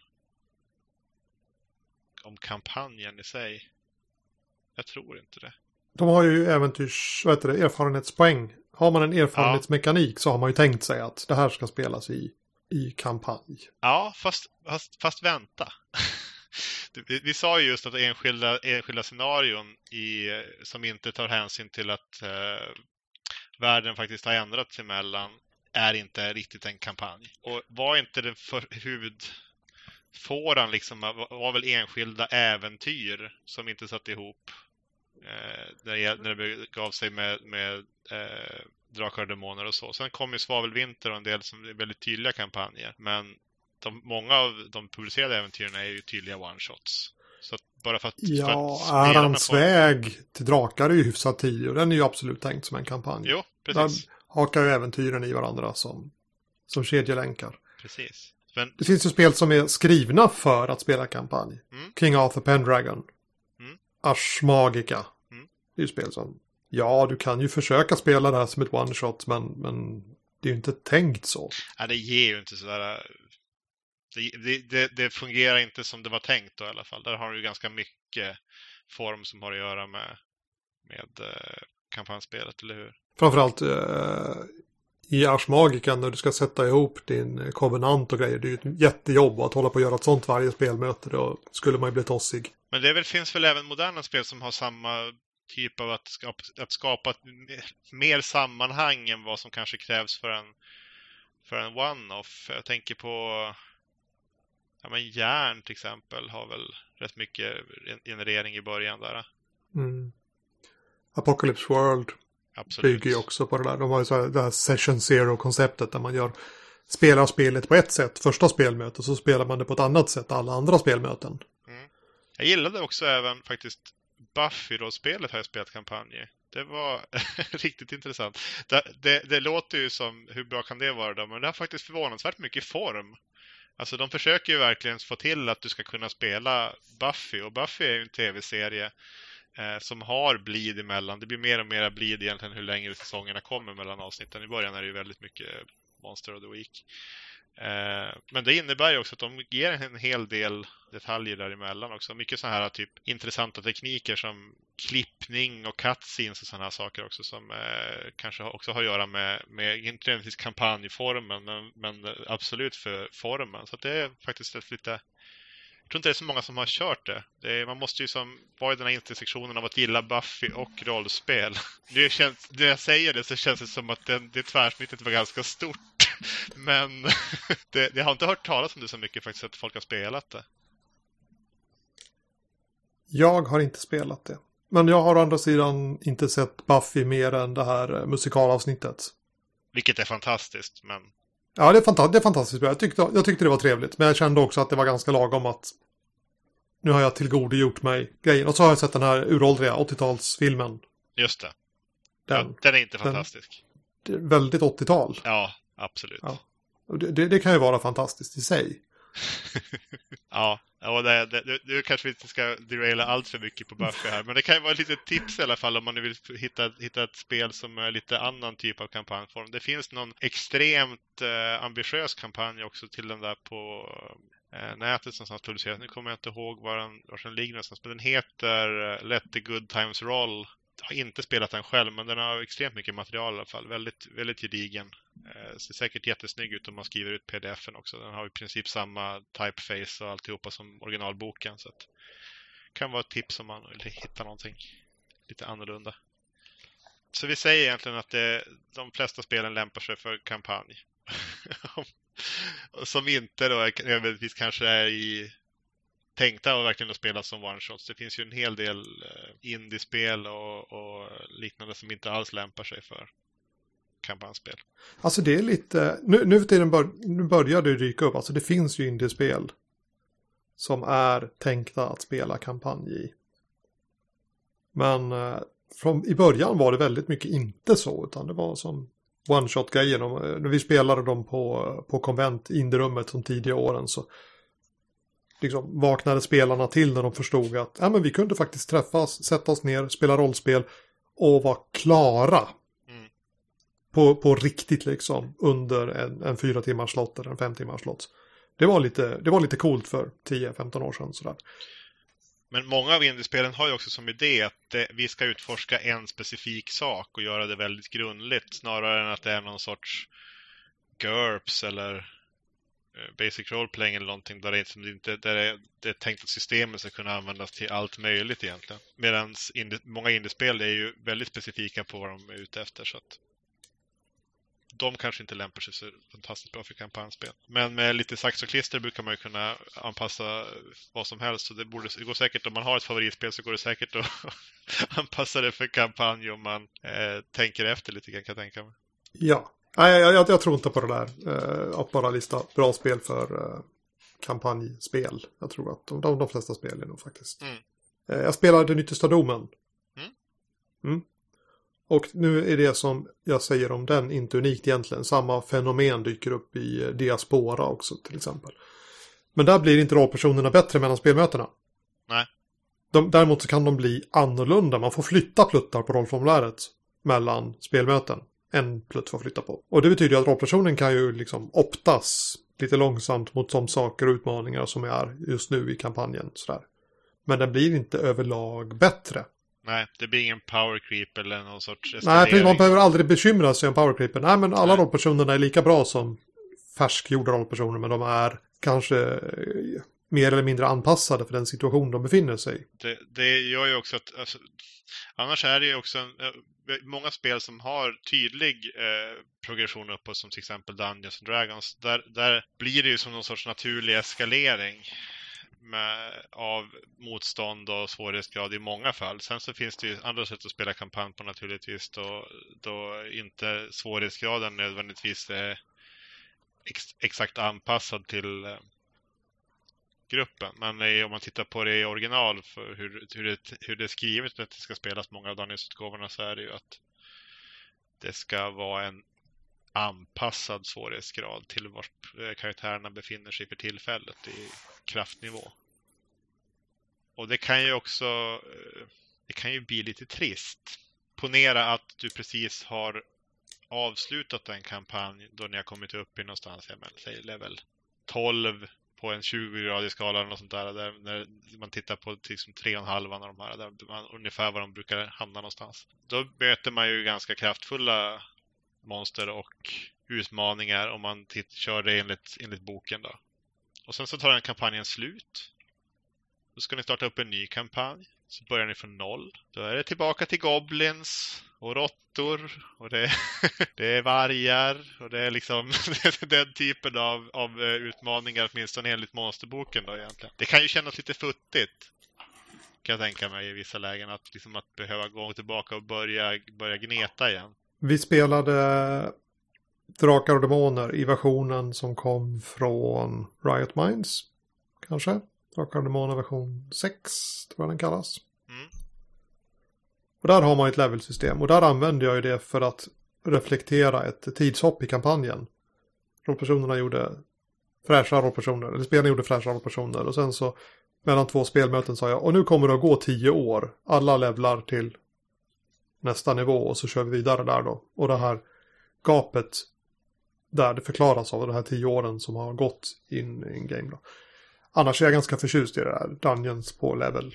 om kampanjen i sig. Jag tror inte det. De har ju äventyrs, vad heter det, erfarenhetspoäng. Har man en erfarenhetsmekanik ja. så har man ju tänkt sig att det här ska spelas i, i kampanj. Ja, fast, fast, fast vänta. vi, vi sa ju just att enskilda, enskilda scenarion i, som inte tar hänsyn till att eh, världen faktiskt har ändrats emellan är inte riktigt en kampanj. Och var inte den för, huvudfåran liksom var väl enskilda äventyr som inte satt ihop eh, när, det, när det gav sig med, med eh, Drakar och Demoner och så. Sen kom ju Svavelvinter och en del som är väldigt tydliga kampanjer. Men de, många av de publicerade äventyren är ju tydliga one-shots. Så att bara för att... Ja, Arans väg till drakar är ju hyfsat tidig och den är ju absolut tänkt som en kampanj. Jo, precis. Där hakar ju äventyren i varandra som, som kedjelänkar. Precis. Men... Det finns ju spel som är skrivna för att spela kampanj. Mm. King Arthur Pendragon. Mm. Ars Magica. Mm. Det är ju spel som... Ja, du kan ju försöka spela det här som ett one-shot, men, men det är ju inte tänkt så. Ja, det ger ju inte sådär... Det, det, det fungerar inte som det var tänkt då i alla fall. Där har du ju ganska mycket form som har att göra med, med eh, kampanjspelet, eller hur? Framförallt eh, i Ars Magica när du ska sätta ihop din Covenant och grejer. Det är ju ett jättejobb att hålla på och göra ett sånt varje spelmöte. Då skulle man ju bli tossig. Men det väl, finns väl även moderna spel som har samma typ av att skapa, att skapa ett mer sammanhang än vad som kanske krävs för en, för en one-off. Jag tänker på... Ja, men Järn till exempel har väl rätt mycket generering i början där. Mm. Apocalypse World Absolut. Bygger ju också på det där. De har ju så här, det här Session Zero-konceptet där man gör spelar spelet på ett sätt första spelmötet, så spelar man det på ett annat sätt alla andra spelmöten. Mm. Jag gillade också även faktiskt Buffy-spelet har jag spelat kampanj. Det var riktigt intressant. Det, det, det låter ju som, hur bra kan det vara då? Men det har faktiskt förvånansvärt mycket form. Alltså de försöker ju verkligen få till att du ska kunna spela Buffy. Och Buffy är ju en tv-serie eh, som har blid emellan. Det blir mer och mer blid egentligen hur längre säsongerna kommer mellan avsnitten. I början är det ju väldigt mycket Monster of the Week. Eh, men det innebär ju också att de ger en hel del detaljer däremellan också. Mycket så här typ intressanta tekniker som klippning och cutscenes och sådana här saker också som eh, kanske också har att göra med, med inte nödvändigtvis kampanjformen men, men absolut för formen. Så att det är faktiskt ett lite... Jag tror inte det är så många som har kört det. det är, man måste ju som vara i den här intersektionen av att gilla Buffy och rollspel. Det känns, när jag säger det så känns det som att det, det tvärsnittet var ganska stort. Men det, det har inte hört talas om det så mycket faktiskt att folk har spelat det. Jag har inte spelat det. Men jag har å andra sidan inte sett Buffy mer än det här musikalavsnittet. Vilket är fantastiskt, men... Ja, det är, fanta- det är fantastiskt. Jag tyckte, jag tyckte det var trevligt. Men jag kände också att det var ganska lagom att nu har jag tillgodogjort mig grejen. Och så har jag sett den här uråldriga åttiotalsfilmen. Just det. Den, ja, den är inte fantastisk. Den, det är väldigt åttiotal. Ja, absolut. Ja. Och det, det, det kan ju vara fantastiskt i sig. Ja, Ja, det, det, nu, nu kanske vi inte ska deraila allt för mycket på Buffy här, men det kan ju vara ett litet tips i alla fall om man nu vill hitta, hitta ett spel som är lite annan typ av kampanjform. Det finns någon extremt eh, ambitiös kampanj också till den där på eh, nätet som har producerat. Nu kommer jag inte ihåg var den, var den ligger någonstans, men den heter eh, Let the Good Times Roll. Jag har inte spelat den själv, men den har extremt mycket material i alla fall. Väldigt, väldigt gedigen. Eh, ser säkert jättesnygg ut om man skriver ut pdf-en också. Den har i princip samma typeface och alltihopa som originalboken. Så att det kan vara ett tips om man vill hitta någonting lite annorlunda. Så vi säger egentligen att det, de flesta spelen lämpar sig för kampanj. Som inte då nödvändigtvis kanske är i... tänkta och verkligen att spela som one-shots. Det finns ju en hel del uh, indiespel och, och liknande som inte alls lämpar sig för kampanjspel. Alltså det är lite... Nu, nu för tiden bör, nu börjar det dyka upp. Alltså det finns ju indiespel som är tänkta att spela kampanj i. Men uh, från, i början var det väldigt mycket inte så, utan det var som one-shot-grejer. Uh, när vi spelade dem på, på konvent i indierummet som tidiga åren så liksom vaknade spelarna till när de förstod att ja, men vi kunde faktiskt träffas, sätta oss ner, spela rollspel och vara klara mm. på, på riktigt liksom under en, en fyra timmars slott eller en fem timmars slott. Det var lite, det var lite coolt för tio femton år sedan sådär. Men många av indiespelen har ju också som idé att det, vi ska utforska en specifik sak och göra det väldigt grundligt snarare än att det är någon sorts GURPS eller basic role-playing eller någonting där det inte där det är, det är tänkt att systemet ska kunna användas till allt möjligt egentligen. Medan indie, många indiespel är ju väldigt specifika på vad de är ute efter, så att de kanske inte lämpar sig så fantastiskt bra för kampanjspel. Men med lite sax och klister brukar man ju kunna anpassa vad som helst. Så det, borde, det går säkert, om man har ett favoritspel så går det säkert att anpassa det för kampanj om man eh, tänker efter lite grann, kan jag tänka mig. Ja. Nej, jag, jag, jag tror inte på det där. Uh, att bara lista bra spel för uh, kampanjspel. Jag tror att de, de, de flesta spel är nog faktiskt. Mm. Uh, jag spelade Den yttersta domen. Mm. Mm. Och nu är det som jag säger om den inte unikt egentligen. Samma fenomen dyker upp i uh, Diaspora också till exempel. Men där blir inte rollpersonerna bättre mellan spelmötena. Nej. De, däremot så kan de bli annorlunda. Man får flytta pluttar på rollformuläret mellan spelmöten. En plutt får flytta på. Och det betyder ju att rollpersonen kan ju liksom optas lite långsamt mot de saker och utmaningar som är just nu i kampanjen. Sådär. Men den blir inte överlag bättre. Nej, det blir ingen power creep eller någon sorts eskalering. Nej, man behöver aldrig bekymra sig om power creepen. Nej, men alla Nej. rollpersonerna är lika bra som färskgjorda rollpersoner, men de är kanske mer eller mindre anpassade för den situation de befinner sig i. Det, det gör ju också att alltså, annars är det ju också en, många spel som har tydlig eh, progression uppåt, som till exempel Dungeons and Dragons. Där, där blir det ju som någon sorts naturlig eskalering med, av motstånd och svårighetsgrad i många fall. Sen så finns det ju andra sätt att spela kampanj på naturligtvis, då, då inte svårighetsgraden nödvändigtvis är ex, exakt anpassad till eh, gruppen. Men eh, om man tittar på det i original för hur, hur, det, hur det är skrivet att det ska spelas många av Dungeons-utgåvorna, så är det ju att det ska vara en anpassad svårighetsgrad till vart karaktärerna befinner sig för tillfället i kraftnivå. Och det kan ju också det kan ju bli lite trist. Ponera att du precis har avslutat en kampanj då ni har kommit upp i någonstans, jag menar, säg level tolv på en tjugo-gradig skala eller något sånt där, där när man tittar på liksom tre och en halv av de här, där man, ungefär var de brukar hamna någonstans. Då möter man ju ganska kraftfulla monster och utmaningar om man titt- kör det enligt, enligt boken då. Och sen så tar den kampanjen slut. Då ska ni starta upp en ny kampanj. Så börjar ni från noll. Då är det tillbaka till goblins och råttor och det, det är vargar och det är liksom den typen av, av utmaningar, åtminstone enligt monsterboken då egentligen. Det kan ju kännas lite futtigt, kan jag tänka mig i vissa lägen, att, liksom att behöva gå tillbaka och börja, börja gneta igen. Vi spelade Drakar och Demoner i versionen som kom från Riot Minds, kanske. Drakar och Demoner version sex, tror jag den kallas. Mm. Och där har man ett levelsystem. Och där använde jag ju det för att reflektera ett tidshopp i kampanjen. Rollpersonerna gjorde fräscha rollpersoner. Eller spelarna gjorde fräscha rollpersoner. Och sen så mellan två spelmöten sa jag, och nu kommer det att gå tio år. Alla levlar till nästa nivå och så kör vi vidare där då. Och det här gapet där det förklaras av de här tio åren som har gått in i en game då. Annars är jag ganska förtjust i det där. Dungeons på level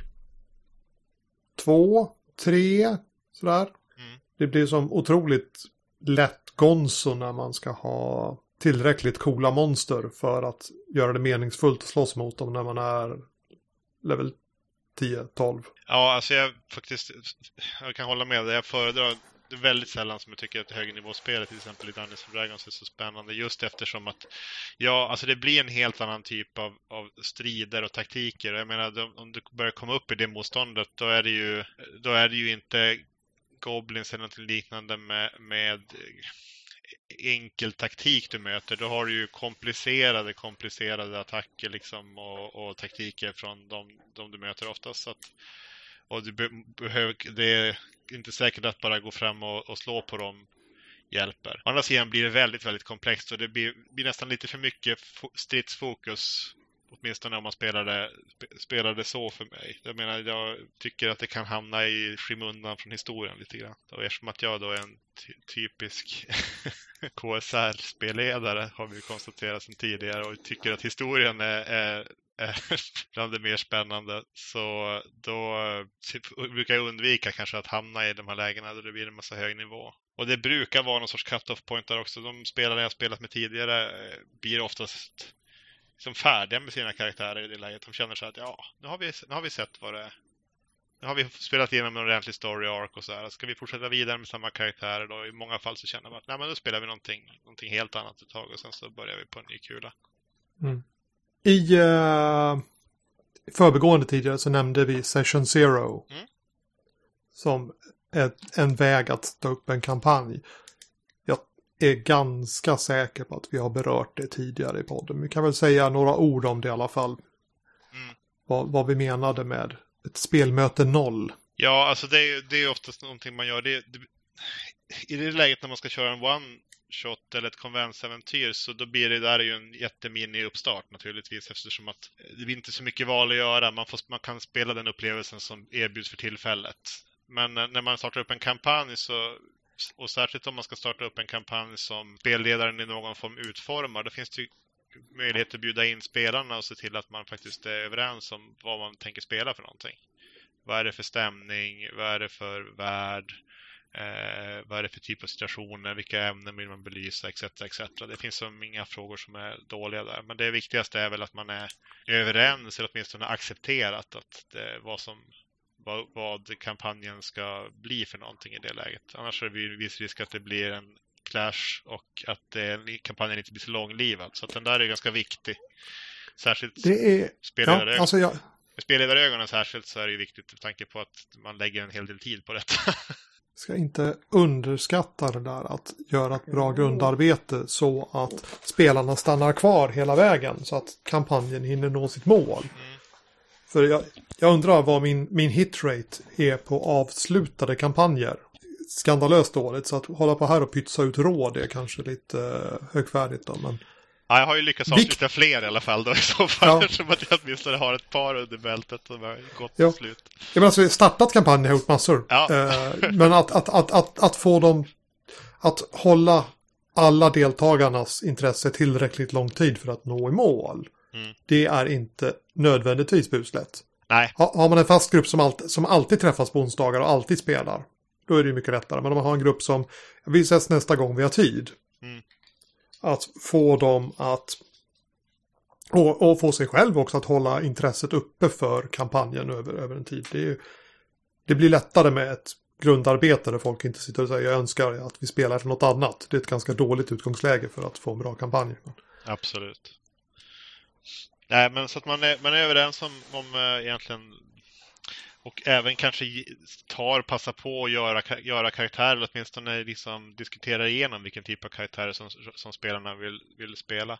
två, tre, sådär. Mm. Det blir som otroligt lätt gonzo när man ska ha tillräckligt coola monster för att göra det meningsfullt att slåss mot dem när man är level tio tolv. Ja, alltså jag faktiskt jag kan hålla med dig. Jag föredrar det väldigt sällan som jag tycker att högnivåspelet till exempel i Dungeons and Dragons är så spännande just eftersom att ja, alltså det blir en helt annan typ av, av strider och taktiker. Jag menar, om du börjar komma upp i det motståndet då är det ju, då är det ju inte goblins eller något liknande med, med enkel taktik du möter. Då har du ju komplicerade, komplicerade attacker liksom och, och taktiker från de, de du möter oftast. Så att, och du behöver, det är inte säkert att bara gå fram och, och slå på dem hjälper. Å andra sidan blir det väldigt, väldigt komplext och det blir, blir nästan lite för mycket stridsfokus. Åtminstone om man spelade, spelade så för mig. Jag menar, jag tycker att det kan hamna i skymundan från historien lite grann. Och eftersom att jag då är en ty- typisk K S R-spelledare har vi konstaterat sedan tidigare och tycker att historien är, är, är bland det mer spännande. Så då brukar jag undvika kanske att hamna i de här lägena där det blir en massa hög nivå. Och det brukar vara någon sorts cut-off point där också. De spelare jag spelat med tidigare blir oftast som färdiga med sina karaktärer i det läget. De känner sig att ja, nu har vi, nu har vi sett vad det är. Nu har vi spelat igenom en ordentlig story arc och så här. Ska vi fortsätta vidare med samma karaktärer då? I många fall så känner man att nej, men nu spelar vi någonting, någonting helt annat ett tag och sen så börjar vi på en ny kula. Mm. I uh, förbegående tidigare så nämnde vi Session Zero mm. som ett, en väg att ta upp en kampanj. Är ganska säker på att vi har berört det tidigare i podden. Vi kan väl säga några ord om det i alla fall. Mm. Vad, vad vi menade med ett spelmöte noll. Ja, alltså det är, det är oftast någonting man gör. Det, det, I det läget när man ska köra en one-shot eller ett konvensäventyr så då blir det där ju en jättemini uppstart naturligtvis eftersom att det blir inte så mycket val att göra. Man, får, man kan spela den upplevelsen som erbjuds för tillfället. Men när man startar upp en kampanj så och särskilt om man ska starta upp en kampanj som spelledaren i någon form utformar, då finns det ju möjlighet att bjuda in spelarna och se till att man faktiskt är överens om vad man tänker spela för någonting. Vad är det för stämning? Vad är det för värld? Eh, vad är det för typ av situationer? Vilka ämnen vill man belysa? Etc, et cetera. Det finns som inga frågor som är dåliga där. Men det viktigaste är väl att man är överens eller åtminstone accepterat att det var som Vad, vad kampanjen ska bli för någonting i det läget. Annars är det en viss risk att det blir en clash och att det, kampanjen inte blir så långlivad. Så att den där är ganska viktig. Särskilt det är, spelledarögon. Ja, alltså jag... Med spelledarögonen särskilt så är det ju viktigt med tanke på att man lägger en hel del tid på detta. Ska inte underskatta det där att göra ett bra grundarbete så att spelarna stannar kvar hela vägen så att kampanjen hinner nå sitt mål. Mm. För jag, jag undrar vad min, min hitrate är på avslutade kampanjer. Skandalöst dåligt, så att hålla på här och pytsa ut råd är kanske lite uh, högfärdigt då. Men... Ja, jag har ju lyckats avsluta Vikt... fler i alla fall då i så fall. Eftersom ja. att jag åtminstone har ett par under bältet som har gått ja. till slut. Jag menar, alltså, startat kampanjen har gjort massor. Ja. uh, men att, att, att, att, att få dem att hålla alla deltagarnas intresse tillräckligt lång tid för att nå i mål. Mm. Det är inte nödvändigtvis buslätt. Nej. Ha, har man en fast grupp som, alltid, som alltid träffas på onsdagar och alltid spelar, då är det ju mycket lättare. Men om man har en grupp som vi ses nästa gång vi har tid. Mm. Att få dem att och, och få sig själv också att hålla intresset uppe för kampanjen över, över en tid. Det, är ju, det blir lättare med ett grundarbete där folk inte sitter och säger jag önskar att vi spelar för något annat. Det är ett ganska dåligt utgångsläge för att få en bra kampanj. Absolut. Nej, men så att man är, man är överens om, om äh, egentligen och även kanske tar, passar på att göra, göra karaktärer eller åtminstone liksom diskutera igenom vilken typ av karaktärer som, som spelarna vill, vill spela.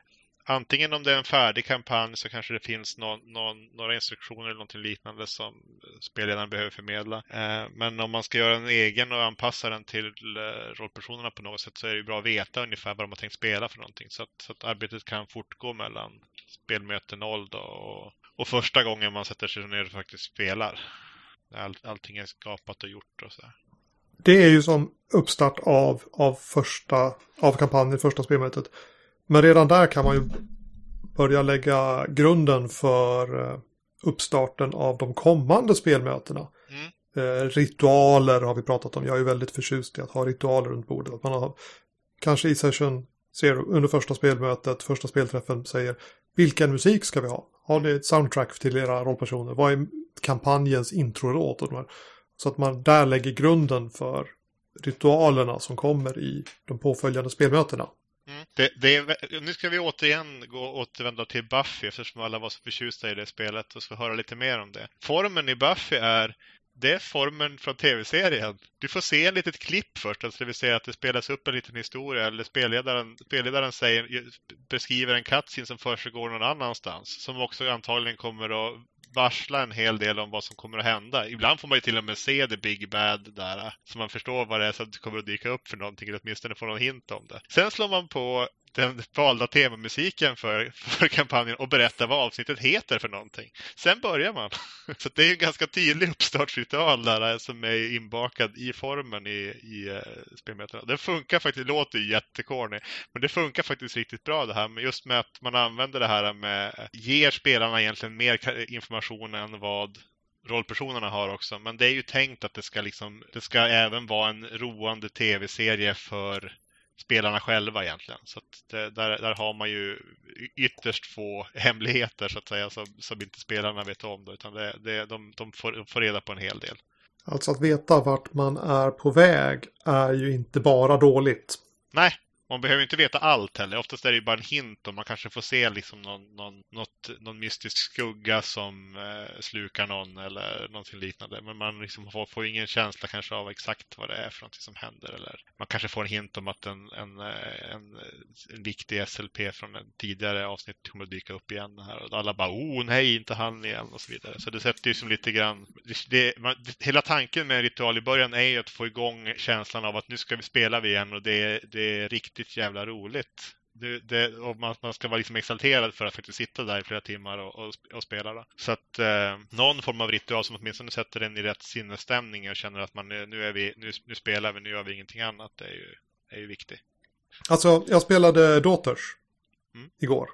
antingen om det är en färdig kampanj så kanske det finns någon, någon, några instruktioner eller något liknande som spelledaren behöver förmedla. Eh, men om man ska göra en egen och anpassa den till eh, rollpersonerna på något sätt så är det ju bra att veta ungefär vad de har tänkt spela för någonting. Så att, så att arbetet kan fortgå mellan spelmöte noll då och, och första gången man sätter sig ner och faktiskt spelar. All, allting är skapat och gjort och så här. Det är ju som uppstart av, av första av kampanjen, första spelmötet. Men redan där kan man ju börja lägga grunden för uppstarten av de kommande spelmötena. Mm. Eh, ritualer har vi pratat om. Jag är ju väldigt förtjust i att ha ritualer runt bordet. Att man har, kanske i session zero, under första spelmötet, första spelträffen säger vilken musik ska vi ha? Har ni ett soundtrack till era rollpersoner? Vad är kampanjens introlåt? Och de här? Så att man där lägger grunden för ritualerna som kommer i de påföljande spelmötena. Mm. Det, det är, nu ska vi återigen gå och återvända till Buffy eftersom alla var så förtjusta i det spelet och ska höra lite mer om det. Formen i Buffy är det är formen från tv-serien. Du får se en litet klipp först, alltså det vill säga att det spelas upp en liten historia eller spelledaren, spelledaren säger, beskriver en cutscene som försiggår någon annanstans som också antagligen kommer att varsla en hel del om vad som kommer att hända. Ibland får man ju till och med se the big bad där så man förstår vad det är som kommer att dyka upp för någonting eller åtminstone får någon hint om det. Sen slår man på den valda temamusiken för, för kampanjen och berättar vad avsnittet heter för någonting. Sen börjar man. Så det är en ganska tydlig uppstartsritual där som är inbakad i formen i, i uh, spelmötena. Det funkar faktiskt, det låter ju jättekorny, men det funkar faktiskt riktigt bra det här med just med att man använder det här med ger spelarna egentligen mer information än vad rollpersonerna har också. Men det är ju tänkt att det ska liksom, det ska även vara en roande tv-serie för spelarna själva egentligen. Så att det, där, där har man ju ytterst få hemligheter så att säga som, som inte spelarna vet om då, utan det, det, de, de, får, de får reda på en hel del. Alltså att veta vart man är på väg är ju inte bara dåligt. Nej, man behöver inte veta allt heller. Oftast är det ju bara en hint och man kanske får se liksom någon, någon, något, någon mystisk skugga som eh, slukar någon eller någonting liknande. Men man liksom får, får ingen känsla kanske av exakt vad det är för någonting som händer. Eller man kanske får en hint om att en, en, en, en viktig S L P från en tidigare avsnitt kommer att dyka upp igen här. Och alla bara, oh nej, inte han igen och så vidare. Så det sätter ju som lite grann... Det, man, det, hela tanken med en ritual i början är ju att få igång känslan av att nu ska vi spela vi igen och det, det är riktigt jävla roligt. Det, det, och man, man ska vara liksom exalterad för att faktiskt sitta där i flera timmar och, och, och spela. Då. Så att eh, någon form av ritual som åtminstone sätter den i rätt sinnesstämning och känner att man, nu, är vi, nu, nu spelar vi, nu gör vi ingenting annat. Det är ju, är ju viktigt. Alltså, jag spelade Daughters mm. igår.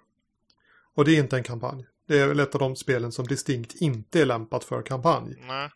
Och det är inte en kampanj. Det är väl ett av de spelen som distinkt inte är lämpat för kampanj. Nej.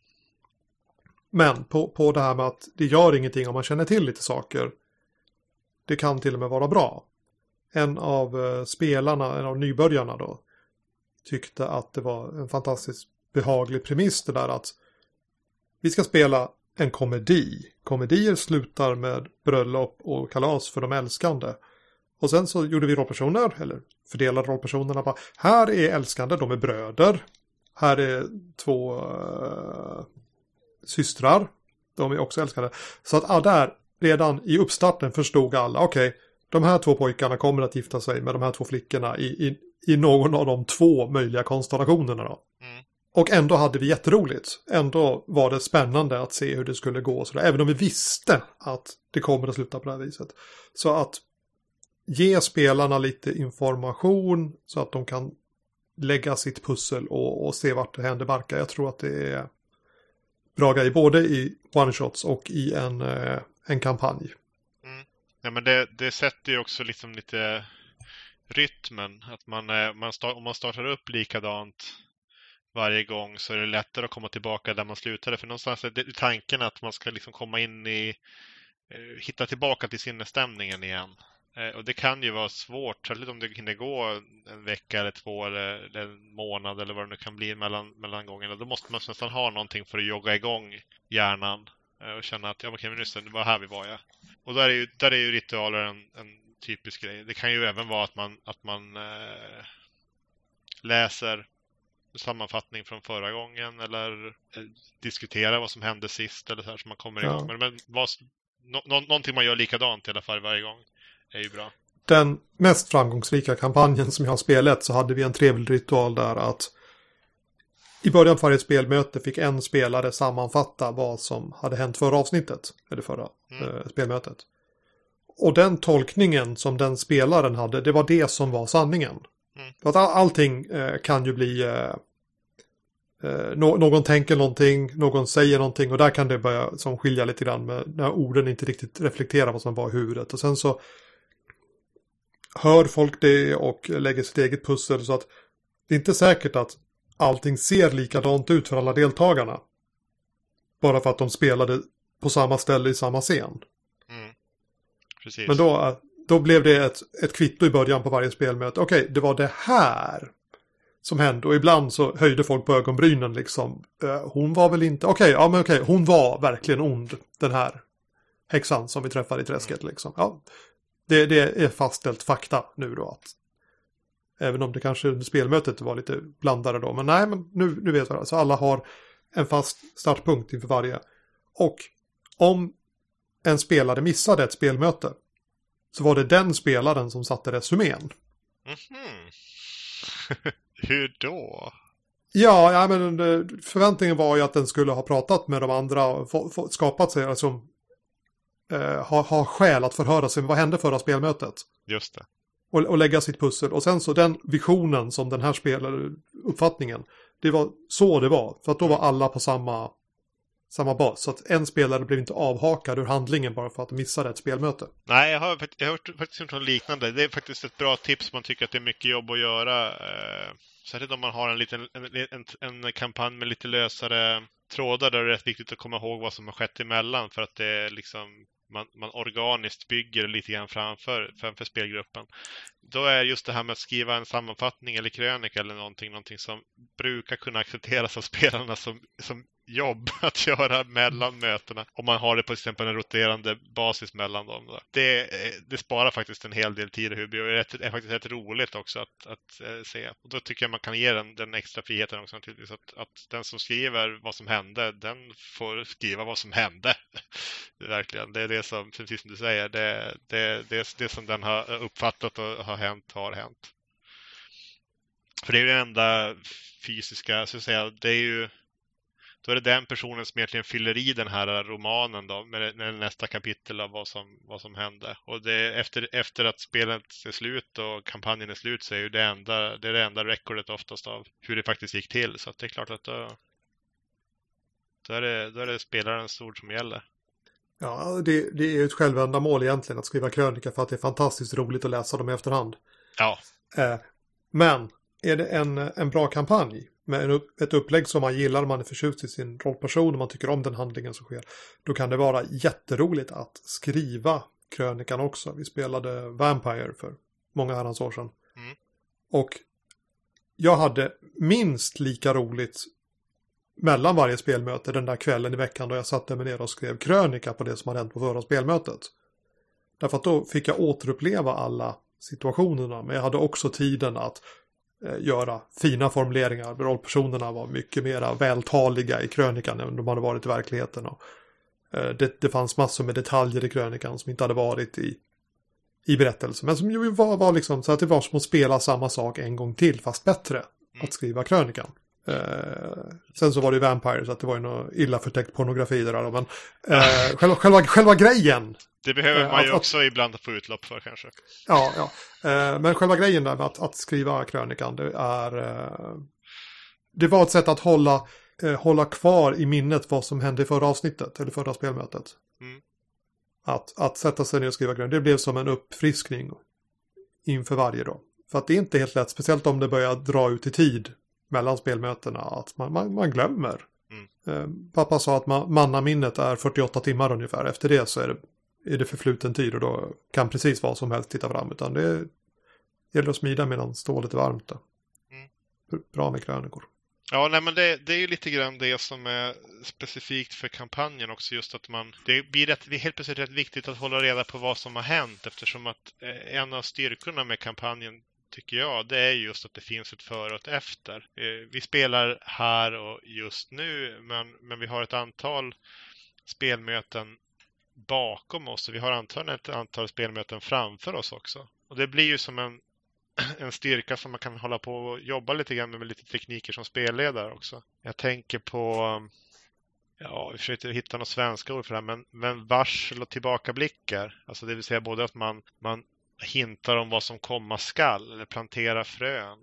Men på, på det här med att det gör ingenting om man känner till lite saker. Det kan till och med vara bra. En av uh, spelarna, en av nybörjarna då, tyckte att det var en fantastiskt behaglig premiss det där att vi ska spela en komedi. Komedier slutar med bröllop och kalas för de älskande. Och sen så gjorde vi rollpersoner, eller fördelade rollpersonerna på, här är älskande, de är bröder. Här är två uh, systrar, de är också älskande. Så att ah, där, redan i uppstarten förstod alla, okej, okay, de här två pojkarna kommer att gifta sig med de här två flickorna i, i, i någon av de två möjliga konstellationerna då. Mm. Och ändå hade vi jätteroligt. Ändå var det spännande att se hur det skulle gå. Så där, även om vi visste att det kommer att sluta på det här viset. Så att ge spelarna lite information så att de kan lägga sitt pussel och, och se vart det händer barka. Jag tror att det är bra grej både i one-shots och i en, eh, en kampanj. Mm. Ja, men det, det sätter ju också liksom lite rytmen. Att man, man start, om man startar upp likadant varje gång så är det lättare att komma tillbaka där man slutade. För någonstans är det tanken att man ska liksom komma in i, hitta tillbaka till sinnesstämningen igen. Och det kan ju vara svårt, särskilt om det hinner gå en vecka eller två eller en månad eller vad det nu kan bli mellan, mellan gångerna. Då måste man nästan ha någonting för att jogga igång hjärnan och känna att ja, okej, men just det, det var här vi var, ja. Och där är ju, där är ju ritualer en, en typisk grej. Det kan ju även vara att man, att man äh, läser sammanfattning från förra gången eller äh, diskuterar vad som hände sist eller så här så man kommer igång. Ja. Men, men vad, no, no, någonting man gör likadant i alla fall varje gång är ju bra. den mest framgångsrika kampanjen som jag har spelat så hade vi en trevlig ritual där att i början på varje spelmöte fick en spelare sammanfatta vad som hade hänt förra avsnittet, eller förra mm. eh, spelmötet. Och den tolkningen som den spelaren hade, det var det som var sanningen. Mm. För att all, allting eh, kan ju bli... Eh, eh, no, någon tänker någonting, någon säger någonting och där kan det börja som skilja lite grann med när orden inte riktigt reflekterar vad som var i huvudet. Och sen så hör folk det och lägger sitt eget pussel så att det är inte säkert att allting ser likadant ut för alla deltagarna. Bara för att de spelade på samma ställe i samma scen. Mm. Precis. Men då, då blev det ett, ett kvitto i början på varje spelmöte. Okej, det var det här som hände. Och ibland så höjde folk på ögonbrynen liksom. Eh, hon var väl inte... Okej, ja men okej. Hon var verkligen ond, den här häxan som vi träffade i träsket mm. liksom. Ja, det, det är fastställt fakta nu då att även om det kanske under spelmötet var lite blandade då. Men nej, men nu, nu vet vi det. Så alla har en fast startpunkt inför varje. Och om en spelare missade ett spelmöte så var det den spelaren som satte resumén. Mm-hmm. Hur då? Ja, ja, men förväntningen var ju att den skulle ha pratat med de andra och få, få, skapat sig, alltså eh, ha, ha skäl att förhöra sig vad hände förra spelmötet. Just det. Och, och lägga sitt pussel. Och sen så den visionen som den här spelare, uppfattningen, det var så det var. För att då var alla på samma, samma bas. Så att en spelare blev inte avhakad ur handlingen bara för att missa ett spelmöte. Nej, jag har, jag har faktiskt gjort något liknande. Det är faktiskt ett bra tips om man tycker att det är mycket jobb att göra. Eh, särskilt om man har en, liten, en, en, en kampanj med lite lösare trådar där det är rätt viktigt att komma ihåg vad som har skett emellan. För att det är liksom... Man, man organiskt bygger lite grann framför, framför spelgruppen. Då är just det här med att skriva en sammanfattning eller krönika eller någonting, någonting som brukar kunna accepteras av spelarna som, som jobb att göra mellan mötena. Om man har det på till exempel en roterande basis mellan dem. Då. Det, det sparar faktiskt en hel del tid och det är, är faktiskt rätt roligt också att, att äh, se. Och då tycker jag man kan ge den, den extra friheten också naturligtvis. Att, att den som skriver vad som hände, den får skriva vad som hände. Verkligen. Det är det som, precis som du säger, det, det, det, det som den har uppfattat och har hänt, har hänt. För det är ju den enda fysiska, så att säga, det är ju då är det den personen som egentligen fyller i den här romanen då, med, med nästa kapitel av vad som, vad som hände. Och det, efter, efter att spelet är slut och kampanjen är slut så är ju det enda, det är det enda rekordet oftast av hur det faktiskt gick till. Så att det är klart att då, då, är, det, då är det spelarens ord som gäller. Ja, det, det är ju ett självändamål egentligen att skriva krönika för att det är fantastiskt roligt att läsa dem i efterhand. Ja. Eh, men är det en, en bra kampanj med en, ett upplägg som man gillar, man är förtjust i sin rollperson och man tycker om den handlingen som sker, då kan det vara jätteroligt att skriva krönikan också. Vi spelade Vampire för många herrans år sedan. Mm. Och jag hade minst lika roligt mellan varje spelmöte den där kvällen i veckan då jag satte mig ner och skrev krönika på det som hade hänt på förra spelmötet. Därför att då fick jag återuppleva alla situationerna, men jag hade också tiden att eh, göra fina formuleringar. Rollpersonerna var mycket mer vältaliga i krönikan än de hade varit i verkligheten. Och, eh, det, det fanns massor med detaljer i krönikan som inte hade varit i, i berättelsen. Men som ju var, var liksom så att det var som att spela samma sak en gång till, fast bättre mm. att skriva krönikan. Eh, sen så var det ju Vampire så att det var ju någon illa förtäckt pornografi där då, men eh, själva, själva, själva grejen det behöver man ju att, också att, ibland få utlopp för kanske. Ja, ja. Eh, men själva grejen där med att, att skriva krönikan, det är eh, det var ett sätt att hålla eh, hålla kvar i minnet vad som hände i förra avsnittet eller förra spelmötet. Mm. Att, att sätta sig ner och skriva krönikan, det blev som en uppfriskning inför varje då. För att det är inte helt lätt, speciellt om det börjar dra ut i tid mellan spelmötena, att man, man, man glömmer. Mm. Eh, pappa sa att man, mannaminnet är fyrtioåtta timmar ungefär. Efter det så är det, är det förfluten tid och då kan precis vad som helst titta fram. Utan det gäller att smida medan stålet är varmt. Då. Mm. Bra med krönikor. Ja, nej, men det, det är ju lite grann det som är specifikt för kampanjen också, just att man, det blir rätt, det är helt plötsligt rätt viktigt att hålla reda på vad som har hänt, eftersom att eh, en av styrkorna med kampanjen tycker jag, det är just att det finns ett före och ett efter. Vi spelar här och just nu, men, men vi har ett antal spelmöten bakom oss och vi har antagligen ett antal spelmöten framför oss också. och det blir ju som en, en styrka som man kan hålla på och jobba lite grann med lite tekniker som spelledare också. Jag tänker på, ja, jag försökte hitta några svenska ord för det här, men, men varsel och tillbakablickar. Alltså det vill säga både att man, man hintar om vad som komma skall eller plantera frön.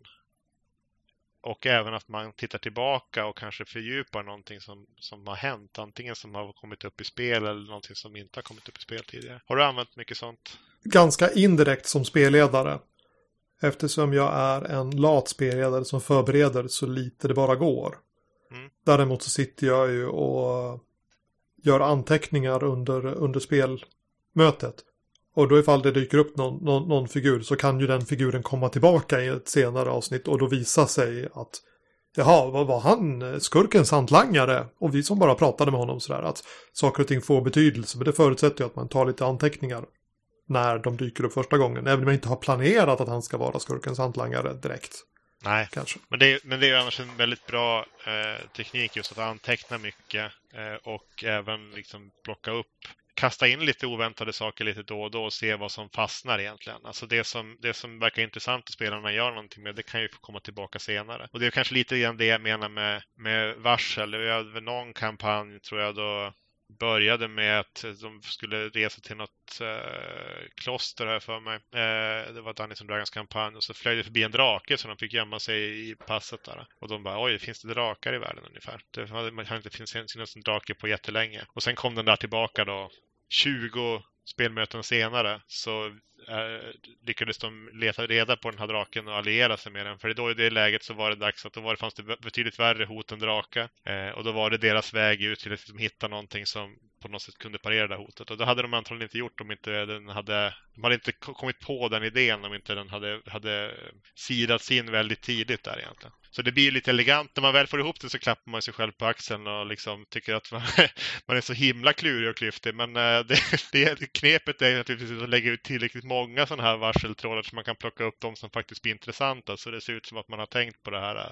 Och även att man tittar tillbaka och kanske fördjupar någonting som, som har hänt. Antingen som har kommit upp i spel eller någonting som inte har kommit upp i spel tidigare. Har du använt mycket sånt? Ganska indirekt som spelledare. Eftersom jag är en lat spelledare som förbereder så lite det bara går. Mm. Däremot så sitter jag ju och gör anteckningar under, under spelmötet. Och då ifall det dyker upp någon, någon, någon figur så kan ju den figuren komma tillbaka i ett senare avsnitt och då visa sig att jaha, vad var han? Skurkens hantlangare? Och vi som bara pratade med honom sådär att saker och ting får betydelse. Men det förutsätter ju att man tar lite anteckningar när de dyker upp första gången. Även om man inte har planerat att han ska vara skurkens hantlangare direkt. Nej, kanske. Men, det, men det är ju annars en väldigt bra eh, teknik just att anteckna mycket eh, och även liksom plocka upp, kasta in lite oväntade saker lite då och då och se vad som fastnar egentligen. Alltså det som, det som verkar intressant att spelarna gör någonting med, det kan ju få komma tillbaka senare. Och det är kanske lite grann det jag menar med, med varsel. Vi hade någon kampanj tror jag då började med att de skulle resa till något eh, kloster här för mig. Eh, det var Dungeons and Dragons kampanj och så flög det förbi en drake så de fick gömma sig i passet där. Och de bara, oj, finns det drakar i världen ungefär? Det hade, man kan inte finnas en drake på jättelänge. Och sen kom den där tillbaka då tjugo spelmöten senare så eh, lyckades de leta reda på den här draken och alliera sig med den. För då i det läget så var det dags att då var det, fanns det betydligt värre hot än draka. Eh, och då var det deras väg ut till att liksom hitta någonting som på något sätt kunde parera det hotet. Och det hade de antagligen inte gjort om inte den hade, de hade inte kommit på den idén om inte den hade, hade sidats in väldigt tidigt där egentligen. Så det blir lite elegant. När man väl får ihop det så klappar man sig själv på axeln och liksom tycker att man, man är så himla klurig och klyftig. Men det, det, knepet är naturligtvis att lägga ut tillräckligt många sådana här varseltrådar så man kan plocka upp de som faktiskt blir intressanta. Så det ser ut som att man har tänkt på det här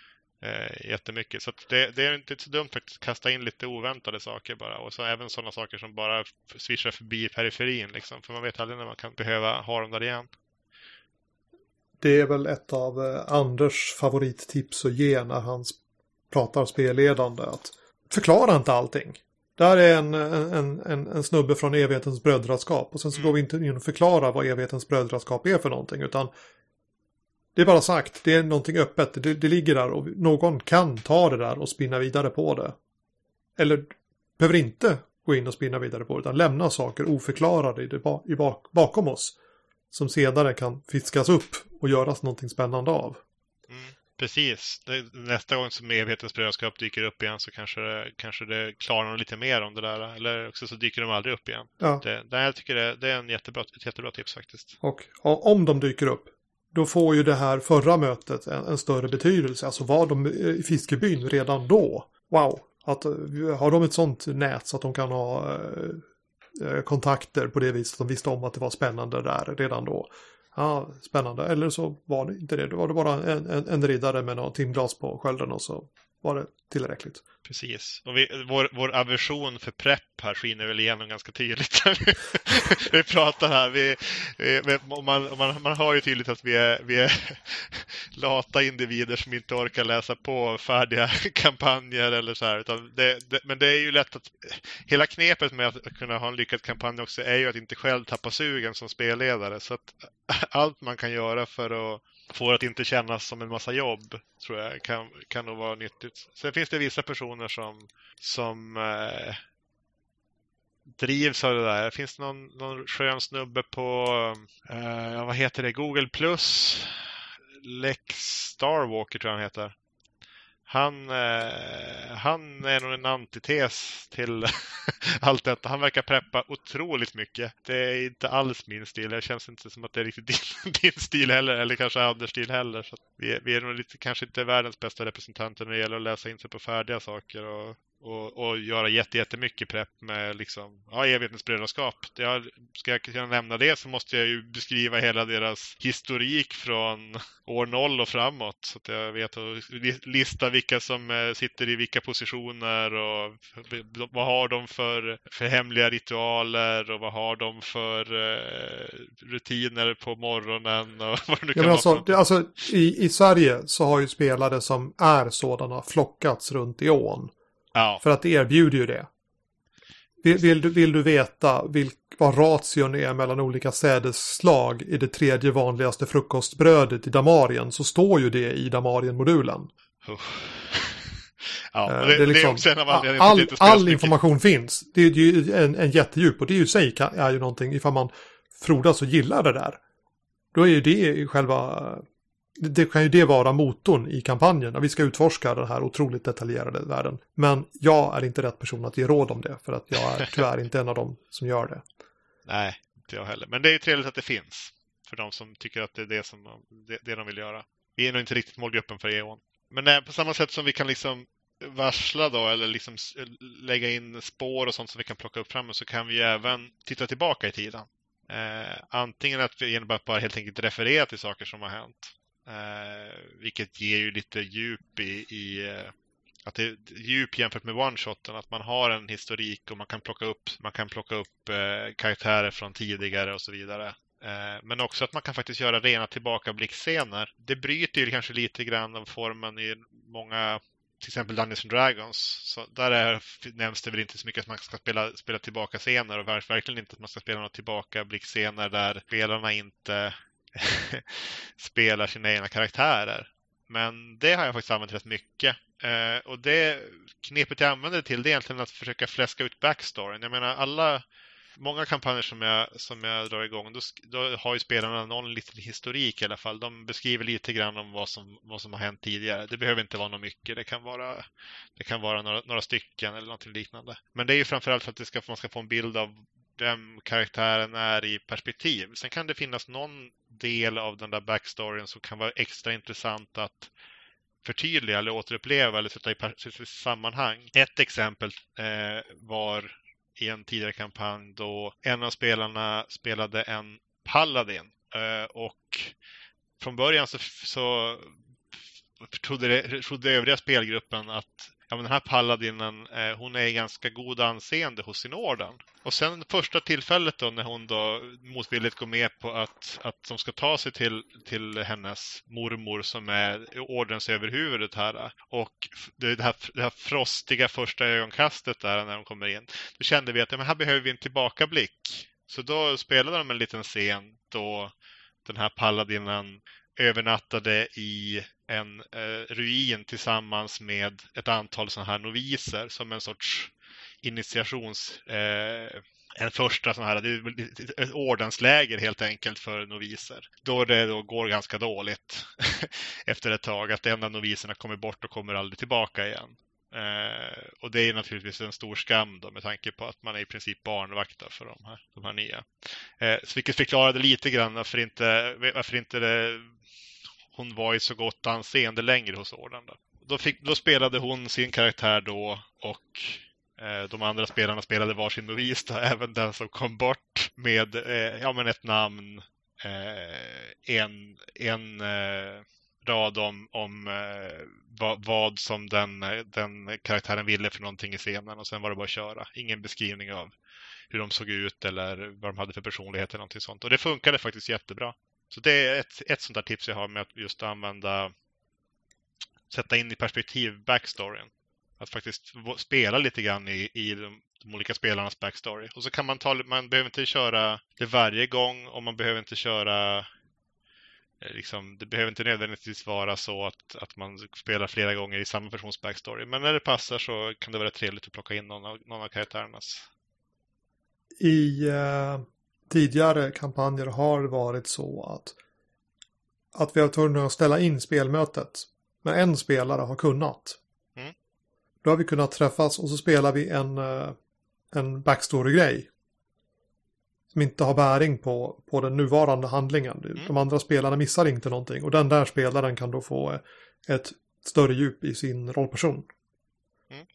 eh, jättemycket. Så att det, det är inte så dumt att kasta in lite oväntade saker bara. Och så även sådana saker som bara svischar förbi periferin. Liksom. För man vet aldrig när man kan behöva ha dem där igen. Det är väl ett av Anders favorittips att ge när han pratar spelledande. Att förklara inte allting. Där är en, en, en, en snubbe från evighetens brödraskap. Och sen så mm. går vi inte in och förklara vad evighetens brödraskap är för någonting. Utan det är bara sagt. Det är någonting öppet. Det, det ligger där och någon kan ta det där och spinna vidare på det. Eller behöver inte gå in och spinna vidare på det. Utan lämna saker oförklarade i det, i bak, bakom oss. Som senare kan fiskas upp och göras någonting spännande av. Mm, precis. Det, nästa gång som evighetens brödraskap dyker upp igen så kanske det, kanske det klarar lite mer om det där. Eller också så dyker de aldrig upp igen. Ja. Det, det, jag tycker det, det är en jättebra, ett jättebra tips faktiskt. Och, och om de dyker upp, då får ju det här förra mötet en, en större betydelse. Alltså var de i fiskebyn redan då? Wow! Att, har de ett sånt nät så att de kan ha... Eh, kontakter på det viset som visste om att det var spännande där redan då. Ja, spännande. Eller så var det inte det. Då var det bara en, en, en riddare med något timglas på skölden och så var det tillräckligt. Precis. Och vi, vår, vår aversion för prepp här skiner väl igenom ganska tydligt. Vi pratar här. Vi, vi, man, man, man hör ju tydligt att vi är, vi är lata individer som inte orkar läsa på färdiga kampanjer eller så här. Utan det, det, men det är ju lätt att... Hela knepet med att kunna ha en lyckad kampanj också är ju att inte själv tappa sugen som spelledare. Så att allt man kan göra för att få att inte kännas som en massa jobb tror jag kan, kan nog vara nyttigt. Sen finns det vissa personer som, som eh, drivs av det där. Finns det någon, någon skön snubbe på eh, vad heter det? Google Plus Lex Starwalker tror jag han heter. Han, eh, han är nog en antites till allt detta. Han verkar preppa otroligt mycket. Det är inte alls min stil. Det känns inte som att det är riktigt din, din stil heller. Eller kanske Anders stil heller. Så vi, är, vi är nog lite, kanske inte världens bästa representanter när det gäller att läsa in sig på färdiga saker. Och, och, och göra jätte, jättemycket prepp med liksom, ja, evighetens brödraskap. Jag, ska jag kunna nämna det så måste jag ju beskriva hela deras historik från år noll och framåt. Så att jag vet att lista vilka som sitter i vilka positioner och vad har de för, för hemliga ritualer och vad har de för uh, rutiner på morgonen och vad det nu kan ja, men alltså, vara. det, alltså, i, i Sverige så har ju spelare som är sådana flockats runt i ån. Ja. För att det erbjuder ju det. Vill, vill, du, vill du veta vilk, vad ration är mellan olika sädesslag i det tredje vanligaste frukostbrödet i Damarien, så står ju det i Damarien-modulen. Oh. Ja, uh, det, det är liksom, det är också en av all, all, all information finns. Det är ju en, en jättedjup, och det är ju sig är ju någonting, ifall man frodas och gillar det där. Då är ju det själva... Det kan ju det vara motorn i kampanjen när vi ska utforska den här otroligt detaljerade världen. Men jag är inte rätt person att ge råd om det, för att jag är tyvärr inte en av dem som gör det. Nej, inte jag heller. Men det är ju trevligt att det finns för de som tycker att det är det, som, det, det de vill göra. Vi är nog inte riktigt målgruppen för E O N. Men nej, på samma sätt som vi kan liksom varsla då, eller liksom lägga in spår och sånt som vi kan plocka upp fram, så kan vi ju även titta tillbaka i tiden. Eh, antingen att vi genom att bara helt enkelt referera till saker som har hänt. Eh, vilket ger ju lite djup i, i eh, att det är djup jämfört med one-shoten, att man har en historik och man kan plocka upp man kan plocka upp eh, karaktärer från tidigare och så vidare. Eh, men också att man kan faktiskt göra rena tillbakablickscener. Det bryter ju kanske lite grann av formen i många, till exempel Dungeons and Dragons. Så där är, nämns det väl inte så mycket att man ska spela, spela tillbaka scener, och verkligen inte att man ska spela några tillbakablickscener där spelarna inte spelar sina egna karaktärer. Men det har jag faktiskt använt rätt mycket. Eh, och det knepet jag använder det till, det är egentligen att försöka fläska ut backstoryn. Jag menar, alla, många kampanjer som jag, som jag drar igång, då, då har ju spelarna någon liten historik i alla fall. De beskriver lite grann om vad som, vad som har hänt tidigare. Det behöver inte vara något mycket. Det kan vara, det kan vara några, några stycken eller något liknande. Men det är ju framförallt för att det ska, man ska få en bild av vem karaktären är i perspektiv. Sen kan det finnas någon del av den där backstoryn som kan vara extra intressant att förtydliga eller återuppleva eller sätta i, sätta i sammanhang. Ett exempel eh, var i en tidigare kampanj då en av spelarna spelade en paladin. Eh, och från början så, så trodde, det, trodde övriga spelgruppen att ja, men den här paladinen, eh, hon är ganska god anseende hos sin orden. Och sen första tillfället då, när hon då motvilligt går med på att, att de ska ta sig till, till hennes mormor som är ordens överhuvudet här. Och det här, det här frostiga första ögonkastet där när de kommer in. Då kände vi att ja, men här behöver vi en tillbakablick. Så då spelade de en liten scen då den här paladinen övernattade i en eh, ruin tillsammans med ett antal sådana här noviser som en sorts initiations eh, en första sån här, det är ett ordensläger helt enkelt för noviser. Då det då går ganska dåligt efter ett tag, att en av noviserna kommer bort och kommer aldrig tillbaka igen. Eh, och det är naturligtvis en stor skam då, med tanke på att man är i princip barnvakta för de här, de här nya. Eh, så vilket förklarade lite grann varför inte, varför inte det, hon var i så gott anseende längre hos orden. Då, då, fick, då spelade hon sin karaktär då, och eh, de andra spelarna spelade varsin novis då, även den som kom bort med eh, ja, men ett namn, eh, en, en eh, rad om, om eh, vad, vad som den, den karaktären ville för någonting i scenen, och sen var det bara att köra. Ingen beskrivning av hur de såg ut eller vad de hade för personlighet eller någonting sånt. Och det funkade faktiskt jättebra. Så det är ett, ett sånt där tips jag har med att just använda, sätta in i perspektiv backstoryn. Att faktiskt spela lite grann i, i de, de olika spelarnas backstory. Och så kan man ta, man behöver inte köra det varje gång, och man behöver inte köra liksom, det behöver inte nödvändigtvis vara så att, att man spelar flera gånger i samma persons backstory. Men när det passar så kan det vara trevligt att plocka in någon av, någon av karaktärernas. I eh, tidigare kampanjer har det varit så att att vi har tvungna att ställa in spelmötet. Men en spelare har kunnat. Mm. Då har vi kunnat träffas och så spelar vi en, eh, en backstory-grej. Som inte har bäring på, på den nuvarande handlingen. Mm. De andra spelarna missar inte någonting. Och den där spelaren kan då få ett större djup i sin rollperson. Mm. Och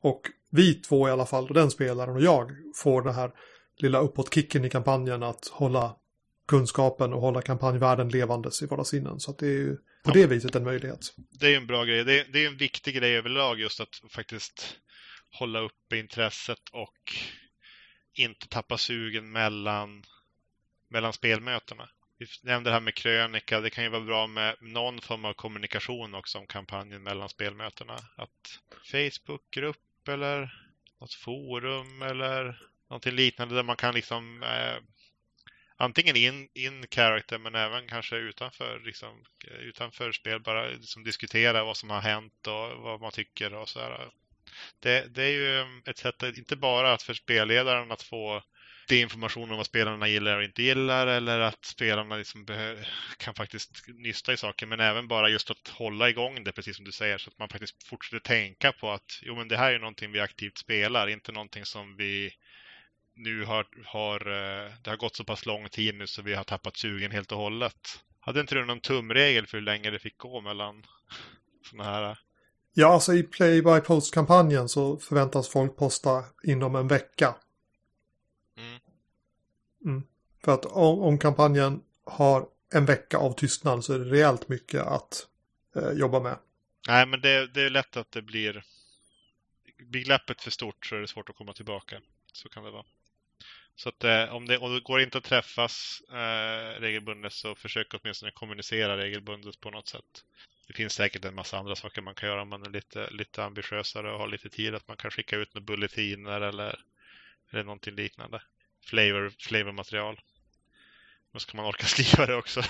vi två i alla fall, och den spelaren och jag, får den här lilla uppåtkicken i kampanjen att hålla kunskapen och hålla kampanjvärlden levandes i våra sinnen. Så att det är ju på det viset en möjlighet. Det är en bra grej. Det är, det är en viktig grej överlag just att faktiskt hålla uppe intresset och inte tappa sugen mellan, mellan spelmötena. Vi nämnde det här med krönika. Det kan ju vara bra med någon form av kommunikation också om kampanjen mellan spelmötena. Att Facebookgrupp eller något forum eller någonting liknande där man kan liksom eh, antingen in, in character men även kanske utanför, liksom, utanför spel bara liksom diskutera vad som har hänt och vad man tycker och så här. Det, det är ju ett sätt att, inte bara att för spelledaren att få det information om vad spelarna gillar och inte gillar eller att spelarna liksom behö- kan faktiskt nysta i saker, men även bara just att hålla igång det, precis som du säger, så att man faktiskt fortsätter tänka på att jo, men det här är någonting vi aktivt spelar, inte någonting som vi nu har, har det har gått så pass lång tid nu så vi har tappat sugen helt och hållet. Hade inte du någon tumregel för hur länge det fick gå mellan såna här? Ja, alltså i Play-by-Post-kampanjen så förväntas folk posta inom en vecka. Mm. Mm. För att om, om kampanjen har en vecka av tystnad så är det rejält mycket att eh, jobba med. Nej, men det, det är lätt att det blir blir glappet för stort så är det svårt att komma tillbaka. Så kan det vara. Så att eh, om, det, om det går inte att träffas eh, regelbundet så försök åtminstone kommunicera regelbundet på något sätt. Det finns säkert en massa andra saker man kan göra om man är lite, lite ambitiösare och har lite tid. Att man kan skicka ut några bulletiner eller, eller någonting liknande. Flavor, flavormaterial. Då ska man orka skriva det också.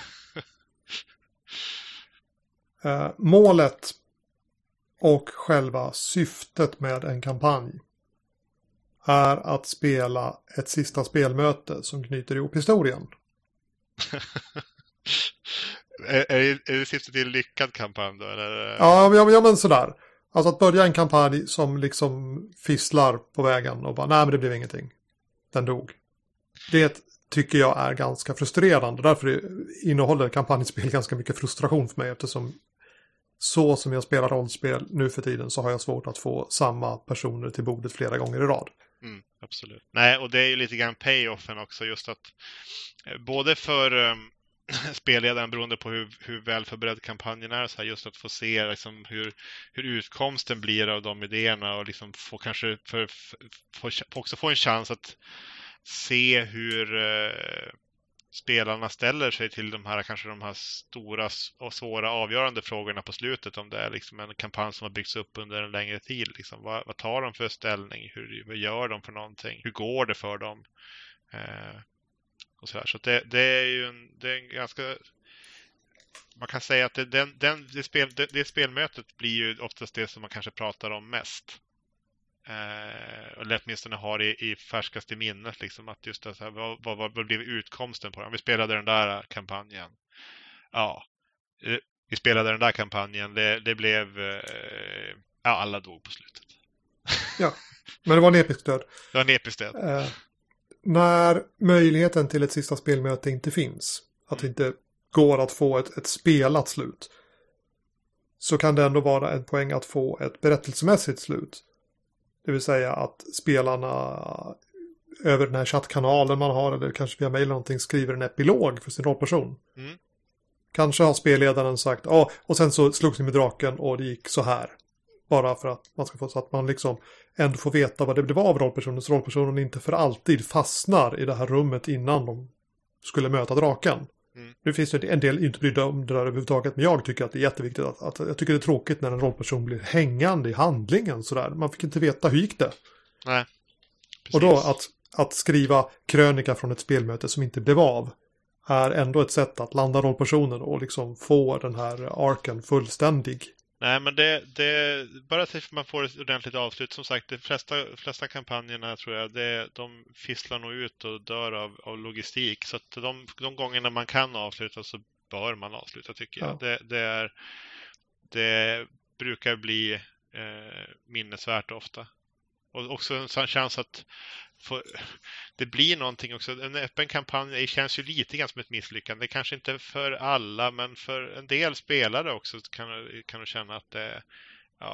eh, målet och själva syftet med en kampanj är att spela ett sista spelmöte som knyter ihop historien. är, är, är det syftet till en lyckad kampanj då? Eller? Ja, ja, ja, men sådär. Alltså att börja en kampanj som liksom fisslar på vägen och bara, nej men det blev ingenting. Den dog. Det tycker jag är ganska frustrerande. Därför innehåller kampanjspel ganska mycket frustration för mig, eftersom så som jag spelar rollspel nu för tiden så har jag svårt att få samma personer till bordet flera gånger i rad. Mm, absolut. Nej, och det är ju lite grann payoffen också, just att eh, både för um, spelledaren beroende på hur, hur väl förberedd kampanjen är, så här, just att få se liksom, hur, hur utkomsten blir av de idéerna och liksom få kanske för, för, för, också få en chans att se hur eh, spelarna ställer sig till de här kanske de här stora och svåra avgörande frågorna på slutet, om det är liksom en kampanj som har byggts upp under en längre tid. Liksom, vad, vad tar de för ställning? Hur, vad gör de för någonting? Hur går det för dem? Eh, och så här. Så det, det är ju en, det är en ganska... Man kan säga att det, den, den, det, spel, det, det spelmötet blir ju oftast det som man kanske pratar om mest. Eh, och åtminstone har i, i färskaste minnet liksom, att just det här, vad, vad, vad blev utkomsten på den? Vi spelade den där kampanjen. Ja, eh, vi spelade den där kampanjen. Det, det blev eh, ja, alla dog på slutet. Ja, men det var en episk död. Det var en episk död. Eh, när möjligheten till ett sista spelmöte inte finns, att det inte går att få ett, ett spelat slut, så kan det ändå vara en poäng att få ett berättelsemässigt slut. Det vill säga att spelarna över den här chattkanalen man har, eller kanske via mejl eller någonting, skriver en epilog för sin rollperson. Mm. Kanske har spelledaren sagt, ja, ah, och sen så slogs ni med draken och det gick så här. Bara för att man ska få så att man liksom ändå får veta vad det var av rollpersonen, så rollpersonen inte för alltid fastnar i det här rummet innan de skulle möta draken. Mm. Nu finns det en del inte brydda om det där överhuvudtaget, men jag tycker att det är jätteviktigt att, att jag tycker det är tråkigt när en rollperson blir hängande i handlingen sådär. Man fick inte veta hur gick det. Nej. Precis. Och då att, att skriva krönika från ett spelmöte som inte blev av är ändå ett sätt att landa rollpersonen och liksom få den här arken fullständig. Nej, men det, det bara tills man får ett ordentligt avslut. Som sagt, de flesta, flesta kampanjerna tror jag, det, de fisslar nog ut och dör av, av logistik. Så att de, de gångerna man kan avsluta så bör man avsluta, tycker jag. Ja. Det, det, är, det brukar bli eh, minnesvärt ofta. Och också en sån chans att få, det blir någonting också. En öppen kampanj känns ju lite grann som ett misslyckande. Kanske inte för alla, men för en del spelare också kan, kan du känna att det, ja,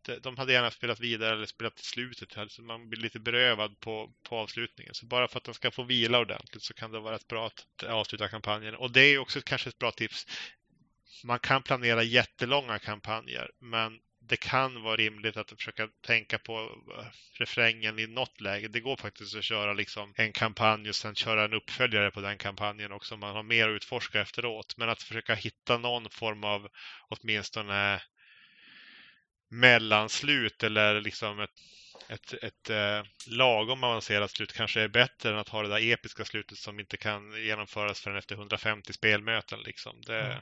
inte, de hade gärna spelat vidare eller spelat till slutet. Så man blir lite berövad på, på avslutningen. Så bara för att de ska få vila ordentligt så kan det vara ett bra att avsluta kampanjen. Och det är också kanske ett bra tips. Man kan planera jättelånga kampanjer, men det kan vara rimligt att försöka tänka på refrängen i något läge. Det går faktiskt att köra liksom en kampanj och sen köra en uppföljare på den kampanjen också. Man har mer att utforska efteråt. Men att försöka hitta någon form av åtminstone mellanslut eller liksom ett, ett, ett eh, lagom avancerat slut kanske är bättre än att ha det där episka slutet som inte kan genomföras förrän efter hundrafemtio spelmöten. Liksom. Det, mm.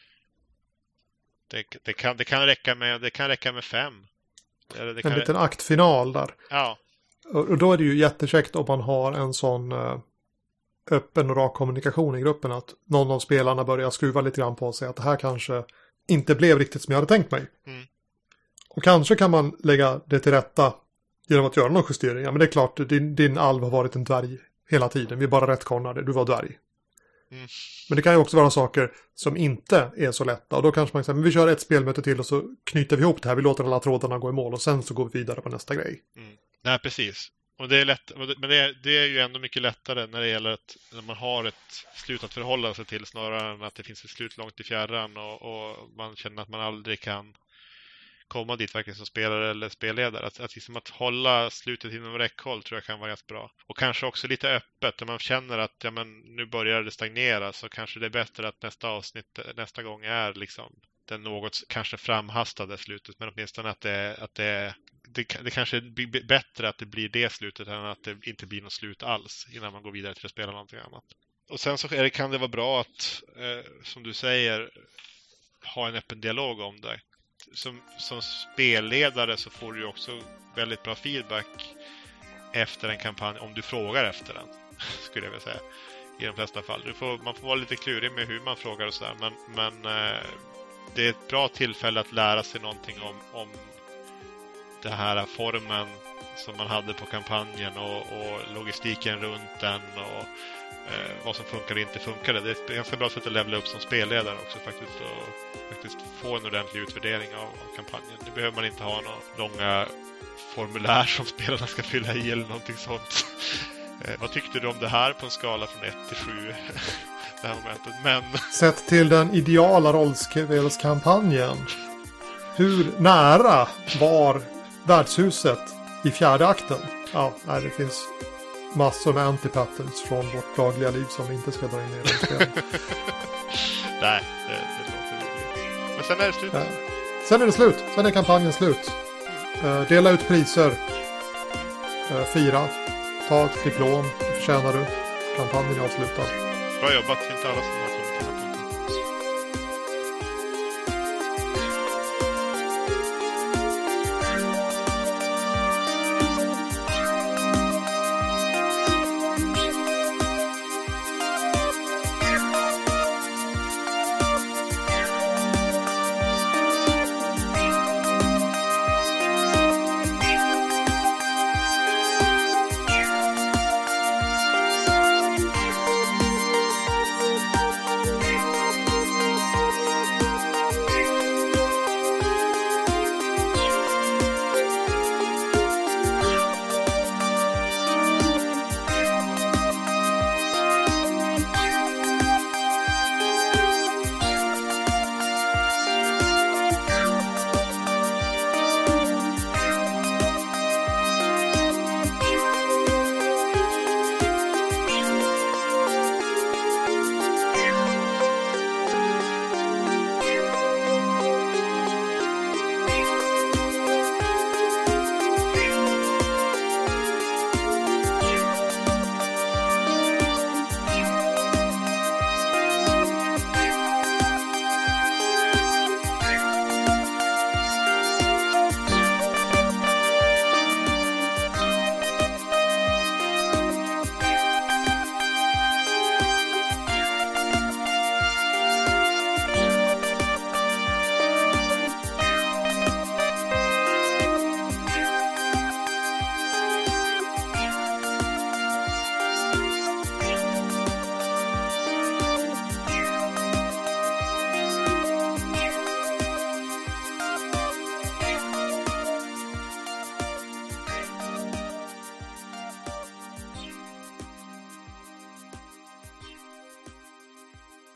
det, det, kan, det, kan räcka med, det kan räcka med fem. Eller det kan en liten aktfinal där. Ja. Och, och då är det ju jättekäckt om man har en sån eh, öppen och rak kommunikation i gruppen att någon av spelarna börjar skruva lite grann på sig att det här kanske inte blev riktigt som jag hade tänkt mig. Mm. Och kanske kan man lägga det till rätta genom att göra någon justering. Ja, men det är klart, din, din alv har varit en dvärg hela tiden. Vi bara rättkornade, du var dvärg. Mm. Men det kan ju också vara saker som inte är så lätta. Och då kanske man säger, men vi kör ett spelmöte till och så knyter vi ihop det här. Vi låter alla trådarna gå i mål och sen så går vi vidare på nästa grej. Mm. Nej, precis. Och det är lätt, men det är, det är ju ändå mycket lättare när det gäller att när man har ett slut att förhålla sig till snarare än att det finns ett slut långt i fjärran och, och man känner att man aldrig kan komma dit verkligen som spelare eller spelledare. Att, att, liksom att hålla slutet inom räckhåll tror jag kan vara ganska bra. Och kanske också lite öppet. När man känner att ja, men, nu börjar det stagnera så kanske det är bättre att nästa avsnitt nästa gång är liksom den något kanske framhastade slutet. Men åtminstone att det, att det, det, det kanske blir bättre att det blir det slutet än att det inte blir något slut alls innan man går vidare till att spela någonting annat. Och sen så är det, kan det vara bra att, eh, som du säger, ha en öppen dialog om det. Som, som spelledare så får du också väldigt bra feedback efter en kampanj om du frågar efter den, skulle jag vilja säga, i de flesta fall. Du får, man får vara lite klurig med hur man frågar och sådär, men, men eh, det är ett bra tillfälle att lära sig någonting om, om den här formen som man hade på kampanjen och, och logistiken runt den och eh, vad som funkar och inte funkar. Det är ett ganska bra sätt att levela upp som spelledare också faktiskt och faktiskt få en ordentlig utvärdering av, av kampanjen. Det behöver man inte ha några långa formulär som spelarna ska fylla i eller någonting sånt. Eh, vad tyckte du om det här på en skala från ett till sju? Det här momentet. Men... Sett till den ideala rollspelskampanjen. Hur nära var värdshuset i fjärde akten? Ja, nej, det finns massor med antipatterns från vårt dagliga liv som vi inte ska dra in i rollspel. Nej, det, det låter roligt. Men sen är det slut. Ja. Sen är det slut. Sen är kampanjen slut. Uh, dela ut priser. Uh, fira. Ta ett diplom. Det förtjänar du. Kampanjen är avslutad. Bra jobbat. Inte alla som har